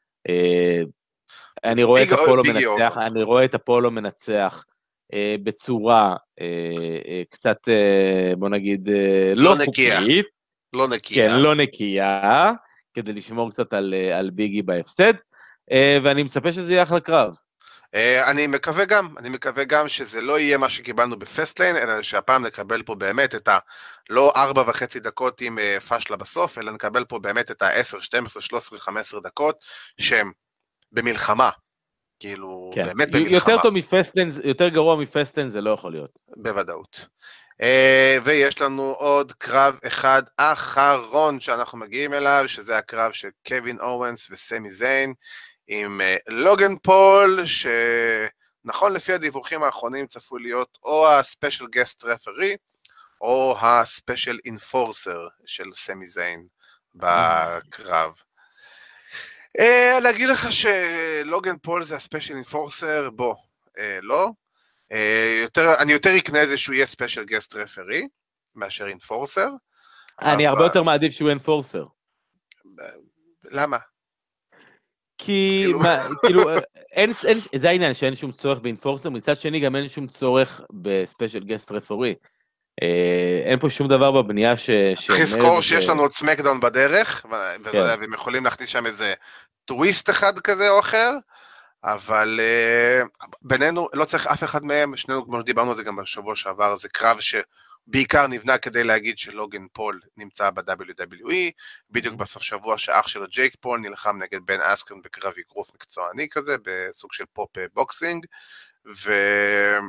אני רואה את אפולו מנצח, אני רואה את אפולו מנצח בצורה קצת, בוא נגיד, לא חוקית, לא נקייה, כן, לא נקייה, כדי לשמור קצת על, על ביגי בהפסד, ואני מצפה שזה יהיה אחלה קרב. אני מקווה גם, אני מקווה גם שזה לא יהיה מה שקיבלנו בפסטליין, אלא שהפעם נקבל פה באמת את ה, לא ארבע וחצי דקות עם פשלה בסוף, אלא נקבל פה באמת את ה-עשר, שתים עשרה, שלוש עשרה, חמש עשרה דקות, שהם במלחמה, כאילו, כן. באמת במלחמה. יותר טוב מפסטליין, יותר גרוע מפסטליין זה לא יכול להיות. בוודאות. ויש לנו עוד קרב אחד אחרון שאנחנו מגיעים אליו, שזה הקרב של קווין אורנס וסמי זיין, עם לוגן פול, שנכון לפי הדיווחים האחרונים צפוי להיות או הספיישל גסט רפרי, או הספיישל אינפורסר של סמי זיין בקרב. להגיד לך שלוגן פול זה הספיישל אינפורסר, בוא, לא. אני יותר אקנה את זה שהוא יהיה ספיישל גסט רפרי, מאשר אינפורסר. אני הרבה יותר מעדיף שהוא אינפורסר. למה? כי, כאילו, זה העניין שאין שום צורך באינפורסר, מצד שני גם אין שום צורך בספיישל גסט רפורי. אין פה שום דבר בבנייה ש... צריך לזכור שיש לנו עוד סמקדאון בדרך, והם יכולים להכניס שם איזה טוויסט אחד כזה או אחר, אבל בינינו לא צריך אף אחד מהם, שנינו כמו שדיברנו על זה גם בשבוע שעבר, זה קרב ש... בעיקר נבנה כדי להגיד שלוגן פול נמצא ב-דאבליו דאבליו אי, בדיוק בסוף שבוע שאח שלו ג'ייק פול נלחם נגד בן אסקרן בקרב אגרוף מקצועני כזה, בסוג של פופ בוקסינג, והם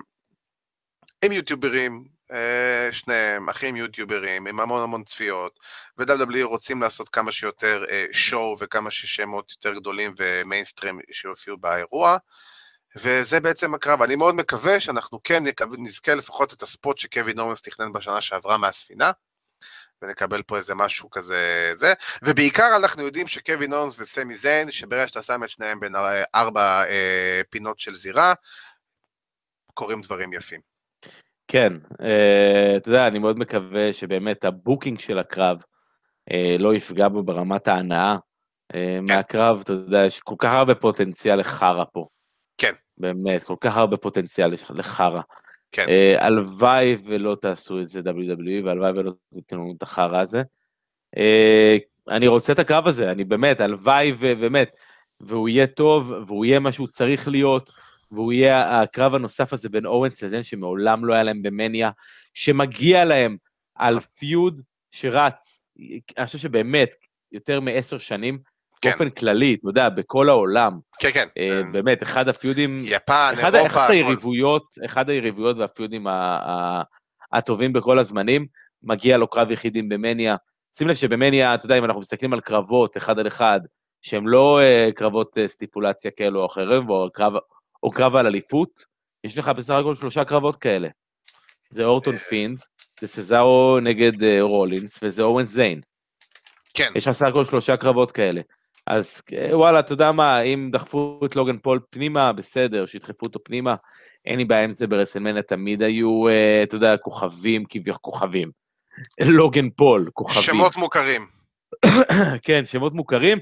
יוטיוברים, שניהם אחים יוטיוברים, עם המון המון צפיות, ו-דאבליו דאבליו אי רוצים לעשות כמה שיותר שואו וכמה ששמות יותר גדולים ומיינסטרים שיופיעו באירוע, וזה בעצם הקרב. אני מאוד מקווה שאנחנו כן נזכה לפחות את הספוט שקווין אורנס תכנן בשנה שעברה מהספינה, ונקבל פה איזה משהו כזה, זה, ובעיקר אנחנו יודעים שקווין אורנס וסמי זיין, שברגע שאתה שם את שניהם בין ארבע אה, פינות של זירה, קוראים דברים יפים. כן, אה, אתה יודע, אני מאוד מקווה שבאמת הבוקינג של הקרב אה, לא יפגע בו ברמת ההנאה אה, כן. מהקרב, אתה יודע, יש כל כך הרבה פוטנציאל לחרה פה. כן. באמת, כל כך הרבה פוטנציאל לחרה. כן. Uh, הלוואי ולא תעשו את זה דאבליו דאבליו אי, והלוואי ולא תתנו את החרה הזה. Uh, אני רוצה את הקרב הזה, אני באמת, הלוואי ובאמת, והוא יהיה טוב, והוא יהיה מה שהוא צריך להיות, והוא יהיה הקרב הנוסף הזה בין אורנס לזיין, שמעולם לא היה להם במניה, שמגיע להם על פיוד שרץ, אני חושב שבאמת, יותר מעשר שנים, באופן כללי, אתה יודע, בכל העולם. כן, כן. באמת, אחד הפיודים... יפן, אחד, אירופה. אחד היריבויות, אחד היריבויות והפיודים הטובים בכל הזמנים, מגיע לו קרב יחידים במניה. שים לב שבמניה, אתה יודע, אם אנחנו מסתכלים על קרבות אחד על אחד, שהם לא קרבות סטיפולציה כאלו או אחרים, או קרב, או קרב על אליפות, יש לך בסך הכל שלושה קרבות כאלה. זה אורטון פינד, זה סזארו נגד רולינס, וזה אורנס זיין. כן. יש לך בסך הכל שלושה קרבות כאלה. אז וואלה, אתה יודע מה, אם דחפו את לוגן פול פנימה, בסדר, שידחפו אותו פנימה, אין לי בעיה עם זה ברסלמניה, תמיד היו, אתה יודע, כוכבים, כביכול כוכבים. לוגן פול, כוכבים. שמות מוכרים. כן, שמות מוכרים.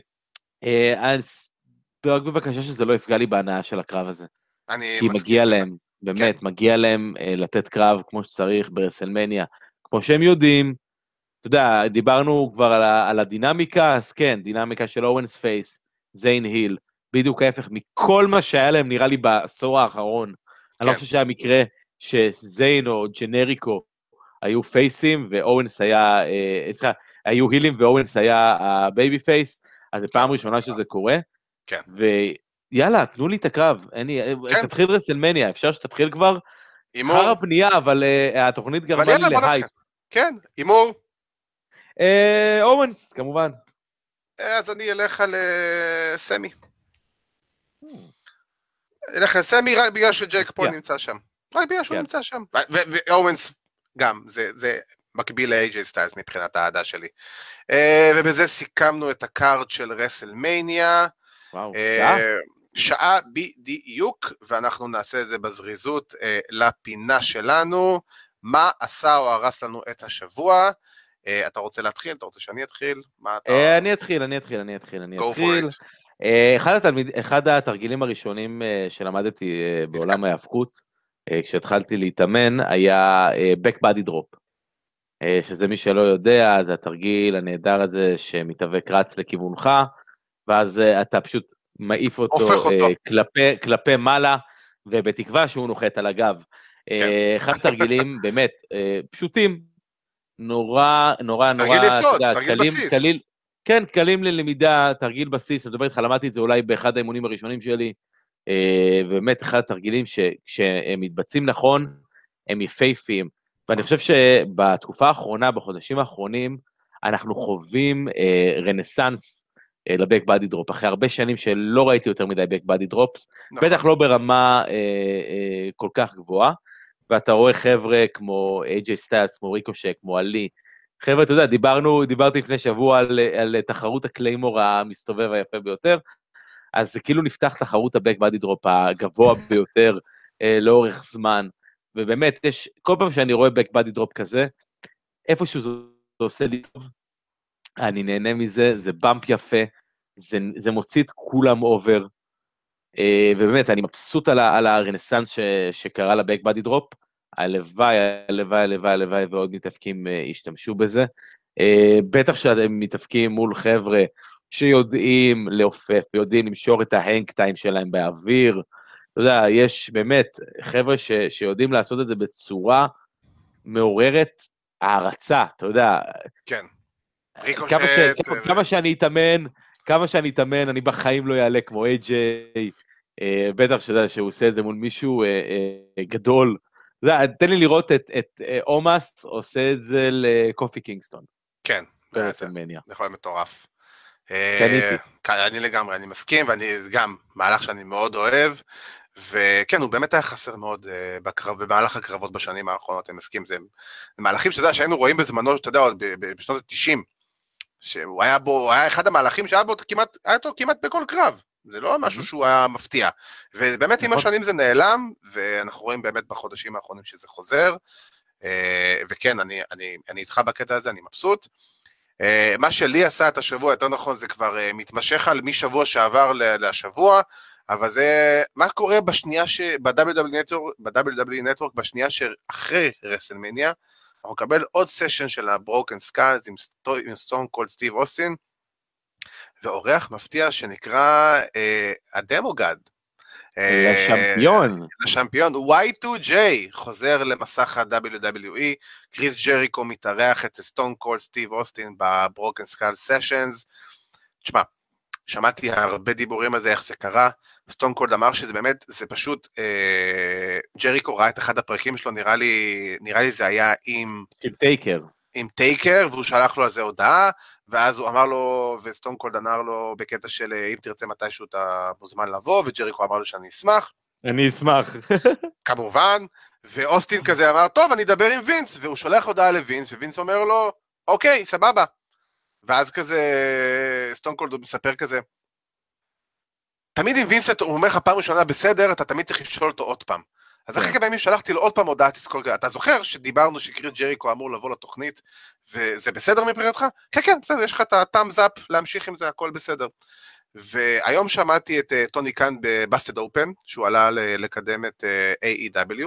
אז רק בבקשה שזה לא יפגע לי בהנאה של הקרב הזה. כי מגיע להם, באמת, מגיע להם לתת קרב כמו שצריך ברסלמניה, כמו שהם יודעים, אתה יודע, דיברנו כבר על, על הדינמיקה, אז כן, דינמיקה של אורנס פייס, זיין היל, בדיוק ההפך מכל מה שהיה להם נראה לי בעשור האחרון. כן. אני לא חושב שהיה מקרה שזיין או ג'נריקו היו פייסים, ואורנס היה, אה, היו הילים ואורנס היה הבייבי פייס, אז זו פעם ראשונה שזה קורה. כן. ויאללה, תנו לי את הקרב, אני, כן. תתחיל רסלמניה, אפשר שתתחיל כבר? אימור. חר הפנייה, אבל uh, התוכנית גרמה לי להייפ. כן, אימור. אורנס, כמובן. אז אני אלך על סמי. אלך על סמי רק בגלל שג'ייק פול נמצא שם. רק בגלל שהוא נמצא שם. ואורנס גם, זה מקביל ל-איי ג'יי סטיילס מבחינת העדה שלי. ובזה סיכמנו את הקארד של רסלמניה. וואו, שעה? שעה בדיוק, ואנחנו נעשה את זה בזריזות לפינה שלנו. מה עשה או הרס לנו את השבוע? אתה רוצה להתחיל? אתה רוצה שאני אתחיל? אני אתחיל, אני אתחיל, אני אתחיל, אני אתחיל. אחד התרגילים הראשונים שלמדתי בעולם ההיאבקות, כשהתחלתי להתאמן, היה back body drop. שזה מי שלא יודע, זה התרגיל הנהדר הזה שמתאבק רץ לכיוונך, ואז אתה פשוט מעיף אותו, אותו. כלפי, כלפי מעלה, ובתקווה שהוא נוחת על הגב. כן. אחד התרגילים באמת פשוטים, נורא, נורא, נורא, תרגיל יסוד, יודע, תרגיל קלים, בסיס. קליל, כן, קלים ללמידה, תרגיל בסיס, אני מדבר איתך, למדתי את זה אולי באחד האימונים הראשונים שלי, ובאמת אחד התרגילים שכשהם מתבצעים נכון, הם יפהפיים, ואני חושב שבתקופה האחרונה, בחודשים האחרונים, אנחנו חווים אה, רנסנס אה, לבק בדי דרופ, אחרי הרבה שנים שלא ראיתי יותר מדי בק בדי דרופס, נכון. בטח לא ברמה אה, אה, כל כך גבוהה, ואתה רואה חבר'ה כמו איי ג'יי סטיילס, כמו ריקושק, כמו עלי, חבר'ה, אתה יודע, דיברנו, דיברתי לפני שבוע על, על תחרות הקליימור המסתובב היפה ביותר, אז זה כאילו נפתח תחרות הבק בדי דרופ הגבוה ביותר אה, לאורך זמן, ובאמת, יש, כל פעם שאני רואה back body drop כזה, איפשהו זה עושה לי טוב, אני נהנה מזה, זה במפ יפה, זה, זה מוציא את כולם אובר, ובאמת, אני מבסוט על, על הרנסנס ש, שקרה ל-back body drop, הלוואי, הלוואי, הלוואי, הלוואי, ועוד מתאפקים השתמשו בזה, בטח שאתם מתאפקים מול חבר'ה שיודעים לעופף, ויודעים למשור את ההנק טיים שלהם באוויר, אתה יודע, יש באמת חבר'ה ש, שיודעים לעשות את זה בצורה מעוררת הערצה, אתה יודע. כן. כמה, ש, כמה, ו... כמה שאני אתאמן, כמה שאני אתאמן, אני בחיים לא יעלה כמו איי ג'יי, אה, בטח שזה, שהוא עושה את זה מול מישהו אה, אה, גדול. אתה יודע, תן לי לראות את, את אה, אומאס עושה את זה לקופי קינגסטון. כן. ברסלמניה. יכול להיות מטורף. קניתי. אני לגמרי, אני מסכים, ואני גם מהלך שאני מאוד אוהב, וכן, הוא באמת היה חסר מאוד uh, בקרב, במהלך הקרבות בשנים האחרונות, אני מסכים, זה מהלכים שאתה יודע, שהיינו רואים בזמנו, שאתה יודע, עוד בשנות ה-תשעים, שהוא היה בו, הוא היה אחד המהלכים שהיה בו כמעט, היה אותו כמעט בכל קרב, זה לא משהו שהוא היה מפתיע, ובאמת עם השנים זה נעלם, ואנחנו רואים באמת בחודשים האחרונים שזה חוזר, uh, וכן, אני, אני, אני איתך בקטע הזה, אני מבסוט, uh, מה שלי עשה את השבוע, יותר נכון, זה כבר uh, מתמשך על משבוע שעבר לשבוע, אבל זה, מה קורה בשנייה ש... ב-דאבליו דאבליו דאבליו E Network, בשנייה שאחרי רסלמניה, אנחנו נקבל עוד סשן של ה-Broken Skulls עם, עם Stone Cold סטיב אוסטין, ואורח מפתיע שנקרא אה, הדמוגד. לשמפיון. אה, לשמפיון, וואי טו ג'יי, חוזר למסך ה-דאבליו דאבליו E, קריס ג'ריקו מתארח את Stone Cold סטיב אוסטין ב-Broken Skulls Sessions, תשמע, שמעתי הרבה דיבורים על זה, איך זה קרה, סטון קולד אמר שזה באמת, זה פשוט, אה, ג'ריקו ראה את אחד הפרקים שלו, נראה לי, נראה לי זה היה עם... עם טייקר. עם טייקר, והוא שלח לו על זה הודעה, ואז הוא אמר לו, וסטון קולד אמר לו, בקטע של אם תרצה מתישהו אתה מוזמן לבוא, וג'ריקו אמר לו שאני אשמח. אני אשמח. כמובן, ואוסטין כזה אמר, טוב, אני אדבר עם וינס, והוא שולח הודעה לווינס, ווינס אומר לו, אוקיי, סבבה. ואז כזה, סטון קולד מספר כזה, תמיד עם וינסט, הוא אומר לך פעם ראשונה בסדר, אתה תמיד צריך לשאול אותו עוד פעם. אז אחרי כמה ימים שלחתי לו עוד פעם הודעה, תזכור, אתה זוכר שדיברנו שקריס ג'ריקו אמור לבוא לתוכנית, וזה בסדר מבחינתך? כן, כן, בסדר, יש לך את ה-thumbs up להמשיך עם זה, הכל בסדר. והיום שמעתי את טוני קאן בבאסטד אופן, שהוא עלה לקדם את איי אי דאבליו,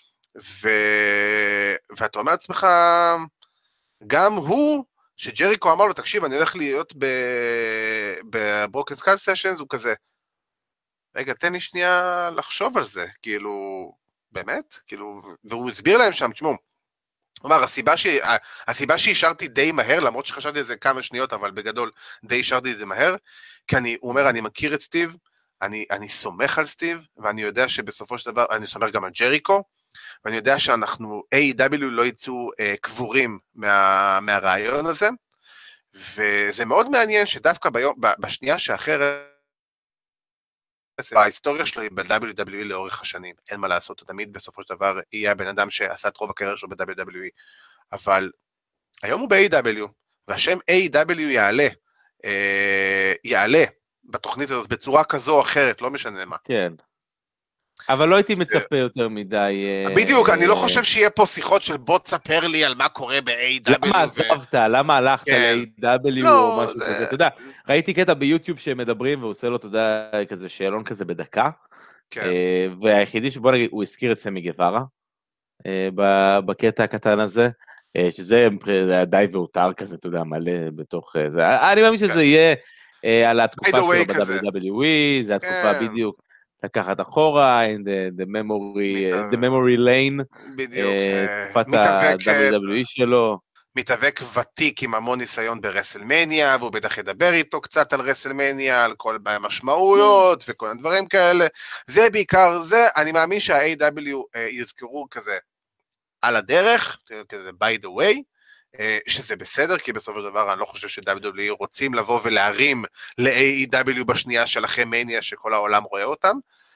ואתה אומר לעצמך, גם הוא, שג'ריקו אמר לו, תקשיב, אני הולך להיות בברוקן סקל סשנס, הוא כזה, רגע, תן לי שנייה לחשוב על זה, כאילו, באמת? כאילו, והוא הסביר להם שם, תשמעו, הוא אמר, הסיבה, ש... הסיבה שהשארתי די מהר, למרות שחשבתי על זה כמה שניות, אבל בגדול די השארתי את זה מהר, כי אני, הוא אומר, אני מכיר את סטיב, אני, אני סומך על סטיב, ואני יודע שבסופו של דבר, אני סומך גם על ג'ריקו, ואני יודע שאנחנו, איי אי דאבליו לא יצאו אה, קבורים מה, מהרעיון הזה, וזה מאוד מעניין שדווקא ביום, בשנייה שאחרת, ההיסטוריה שלו היא ב-דאבליו דאבליו אי לאורך השנים, אין מה לעשות, תמיד בסופו של דבר יהיה הבן אדם שעשה את רוב הקריירה שלו ב-דאבליו דאבליו אי, אבל היום הוא ב-איי דאבליו, והשם איי דאבליו יעלה, אה, יעלה בתוכנית הזאת בצורה כזו או אחרת, לא משנה מה. כן. אבל לא הייתי מצפה יותר מדי... בדיוק, אני לא חושב שיהיה פה שיחות של בוא תספר לי על מה קורה ב-איי דאבליו. למה עזבת? למה הלכת ל-איי דאבליו או משהו כזה? אתה יודע, ראיתי קטע ביוטיוב שהם מדברים, והוא עושה לו, אתה יודע, כזה שאלון כזה בדקה, והיחידי שבוא נגיד, הוא הזכיר את סמי גווארה, בקטע הקטן הזה, שזה היה די והותר כזה, אתה יודע, מלא בתוך זה. אני מאמין שזה יהיה על התקופה שלו ב-דאבליו דאבליו אי, זה התקופה בדיוק. לקחת אחורה, the memory, the memory lane, תקופת ה-דאבליו דאבליו אי שלו. מתאבק ותיק עם המון ניסיון ברסלמניה, והוא בטח ידבר איתו קצת על רסלמניה, על כל המשמעויות וכל הדברים כאלה. זה בעיקר, זה, אני מאמין שה-איי דאבליו יזכרו כזה על הדרך, כזה by the way, שזה בסדר, כי בסופו של דבר אני לא חושב ש-דאבליו דאבליו אי רוצים לבוא ולהרים ל-איי דאבליו בשנייה שלכם מניה שכל העולם רואה אותם,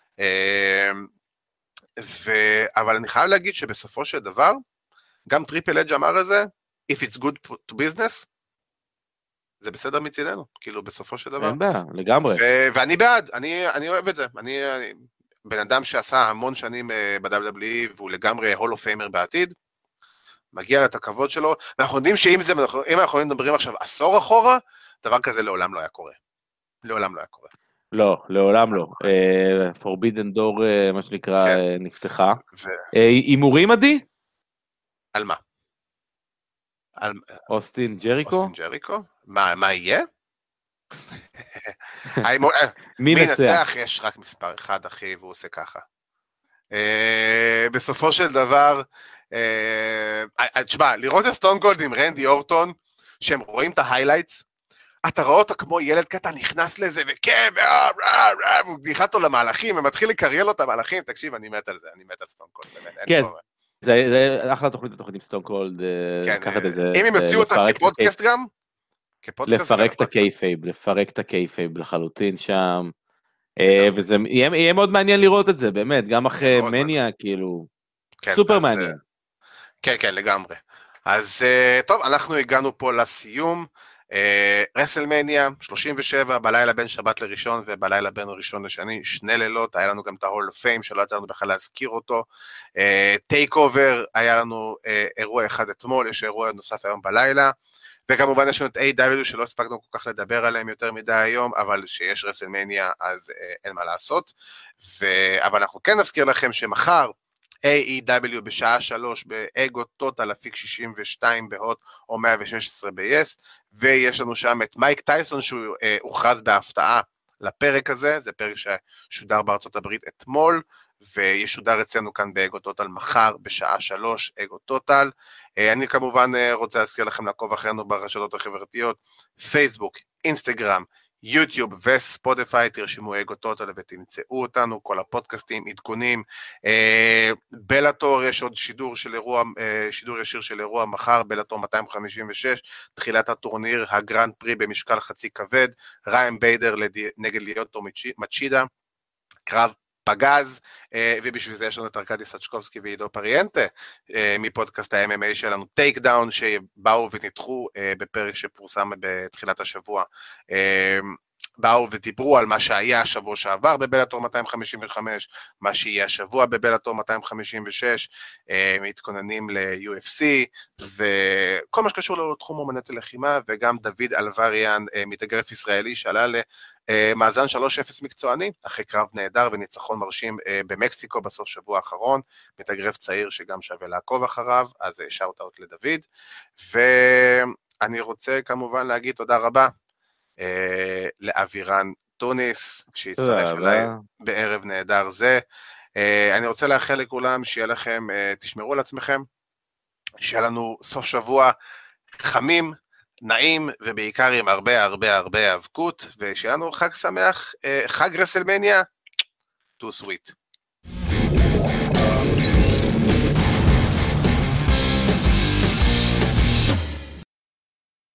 ו... אבל אני חייב להגיד שבסופו של דבר, גם טריפל אג' אמר את זה, if it's good to business, זה בסדר מצידנו, כאילו בסופו של דבר. אין בעיה, לגמרי. ו... ואני בעד, אני, אני אוהב את זה, אני, אני בן אדם שעשה המון שנים ב-דאבליו דאבליו אי, והוא לגמרי הול אוף פיימר בעתיד, מגיע את הכבוד שלו, ואנחנו יודעים שאם זה, אם אנחנו מדברים עכשיו עשור אחורה, דבר כזה לעולם לא היה קורה. לעולם לא היה קורה. לא, לעולם לא. Forbidden Door, מה שנקרא, נפתחה. הימורים עדי? על מה? אוסטין ג'ריקו? אוסטין ג'ריקו? מה יהיה? מי נצח? יש רק מספר אחד, אחי, והוא עושה ככה. בסופו של דבר, תשמע, לראות את סטון קולד עם רנדי אורטון, שהם רואים את ההיילייטס, אתה רואה אותו כמו ילד קטן נכנס לזה, וכן, והוא נכנס אותו למהלכים, ומתחיל לקריין לו את המהלכים, תקשיב, אני מת על זה, אני מת על סטון קולד, באמת, כן, זה אחלה תוכנית, התוכנית עם סטון קולד, אם הם יוציאו אותה כפודקאסט גם, לפרק את הקייפייב, לפרק את הקייפייב לחלוטין שם, וזה יהיה מאוד מעניין לראות את זה, באמת, גם אחרי מניה, כאילו, סופר מעניין. כן, כן, לגמרי. אז טוב, אנחנו הגענו פה לסיום, רסלמניה, שלושים ושבע, בלילה בין שבת לראשון, ובלילה בין ראשון לשני, שני לילות, היה לנו גם את ה-Hall of Fame, שלא יצא לנו בכלל להזכיר אותו, טייק אובר, היה לנו אירוע אחד אתמול, יש אירוע נוסף היום בלילה, וכמובן יש לנו את איי דאבליו שלא הספקנו כל כך לדבר עליהם יותר מדי היום, אבל שיש רסלמניה אז אין מה לעשות, ו... אבל אנחנו כן נזכיר לכם שמחר, איי אי דאבליו בשעה שלוש באגו טוטל אפיק שישים ושתיים בהוט או מאה ושש עשרה ב-יס, ויש לנו שם את מייק טייסון שהוא אה, הוכרז בהפתעה לפרק הזה, זה פרק ששודר בארצות הברית אתמול, וישודר אצלנו כאן באגו טוטל מחר בשעה שלוש, אגו טוטל. אה, אני כמובן אה, רוצה להזכיר לכם לעקוב אחרינו ברשתות החברתיות, פייסבוק, אינסטגרם, יוטיוב וספוטיפיי, תרשמו אגו טוטל ותמצאו אותנו, כל הפודקאסטים, עדכונים, אה, בלאטור, יש עוד שידור של אירוע, אה, שידור ישיר של אירוע מחר, בלאטור מאתיים חמישים ושש, תחילת הטורניר, הגרנד פרי במשקל חצי כבד, ריין ביידר לד... נגד ליוטו מצ'ידה, קרב פגז, ובשביל זה יש לנו את ארקדי סצ'קובסקי ועידו פריאנטה, מפודקאסט ה-אם אם איי שלנו, טייק דאון, שבאו וניתחו בפרק שפורסם בתחילת השבוע, באו ודיברו על מה שהיה השבוע שעבר בבלאטור מאתיים חמישים וחמש, מה שיהיה השבוע בבלאטור מאתיים חמישים ושש, מתכוננים ל-יו אף סי, וכל מה שקשור לתחום אומנות הלחימה, וגם דוד אלווריאן, מתאגרף ישראלי, שעלה למאזן שלוש אפס מקצועני, אחרי קרב נהדר וניצחון מרשים במקסיקו בסוף שבוע האחרון, מתאגרף צעיר שגם שווה לעקוב אחריו, אז שאוט אאוט לדוד, ואני רוצה כמובן להגיד תודה רבה, Uh, לאבירן טוניס, שהצטרף אליי בערב נהדר זה. Uh, אני רוצה לאחל לכולם שיהיה לכם, uh, תשמרו על עצמכם, שיהיה לנו סוף שבוע חמים, נעים, ובעיקר עם הרבה הרבה הרבה האבקות, ושיהיה לנו חג שמח, uh, חג רסלמניה, too sweet.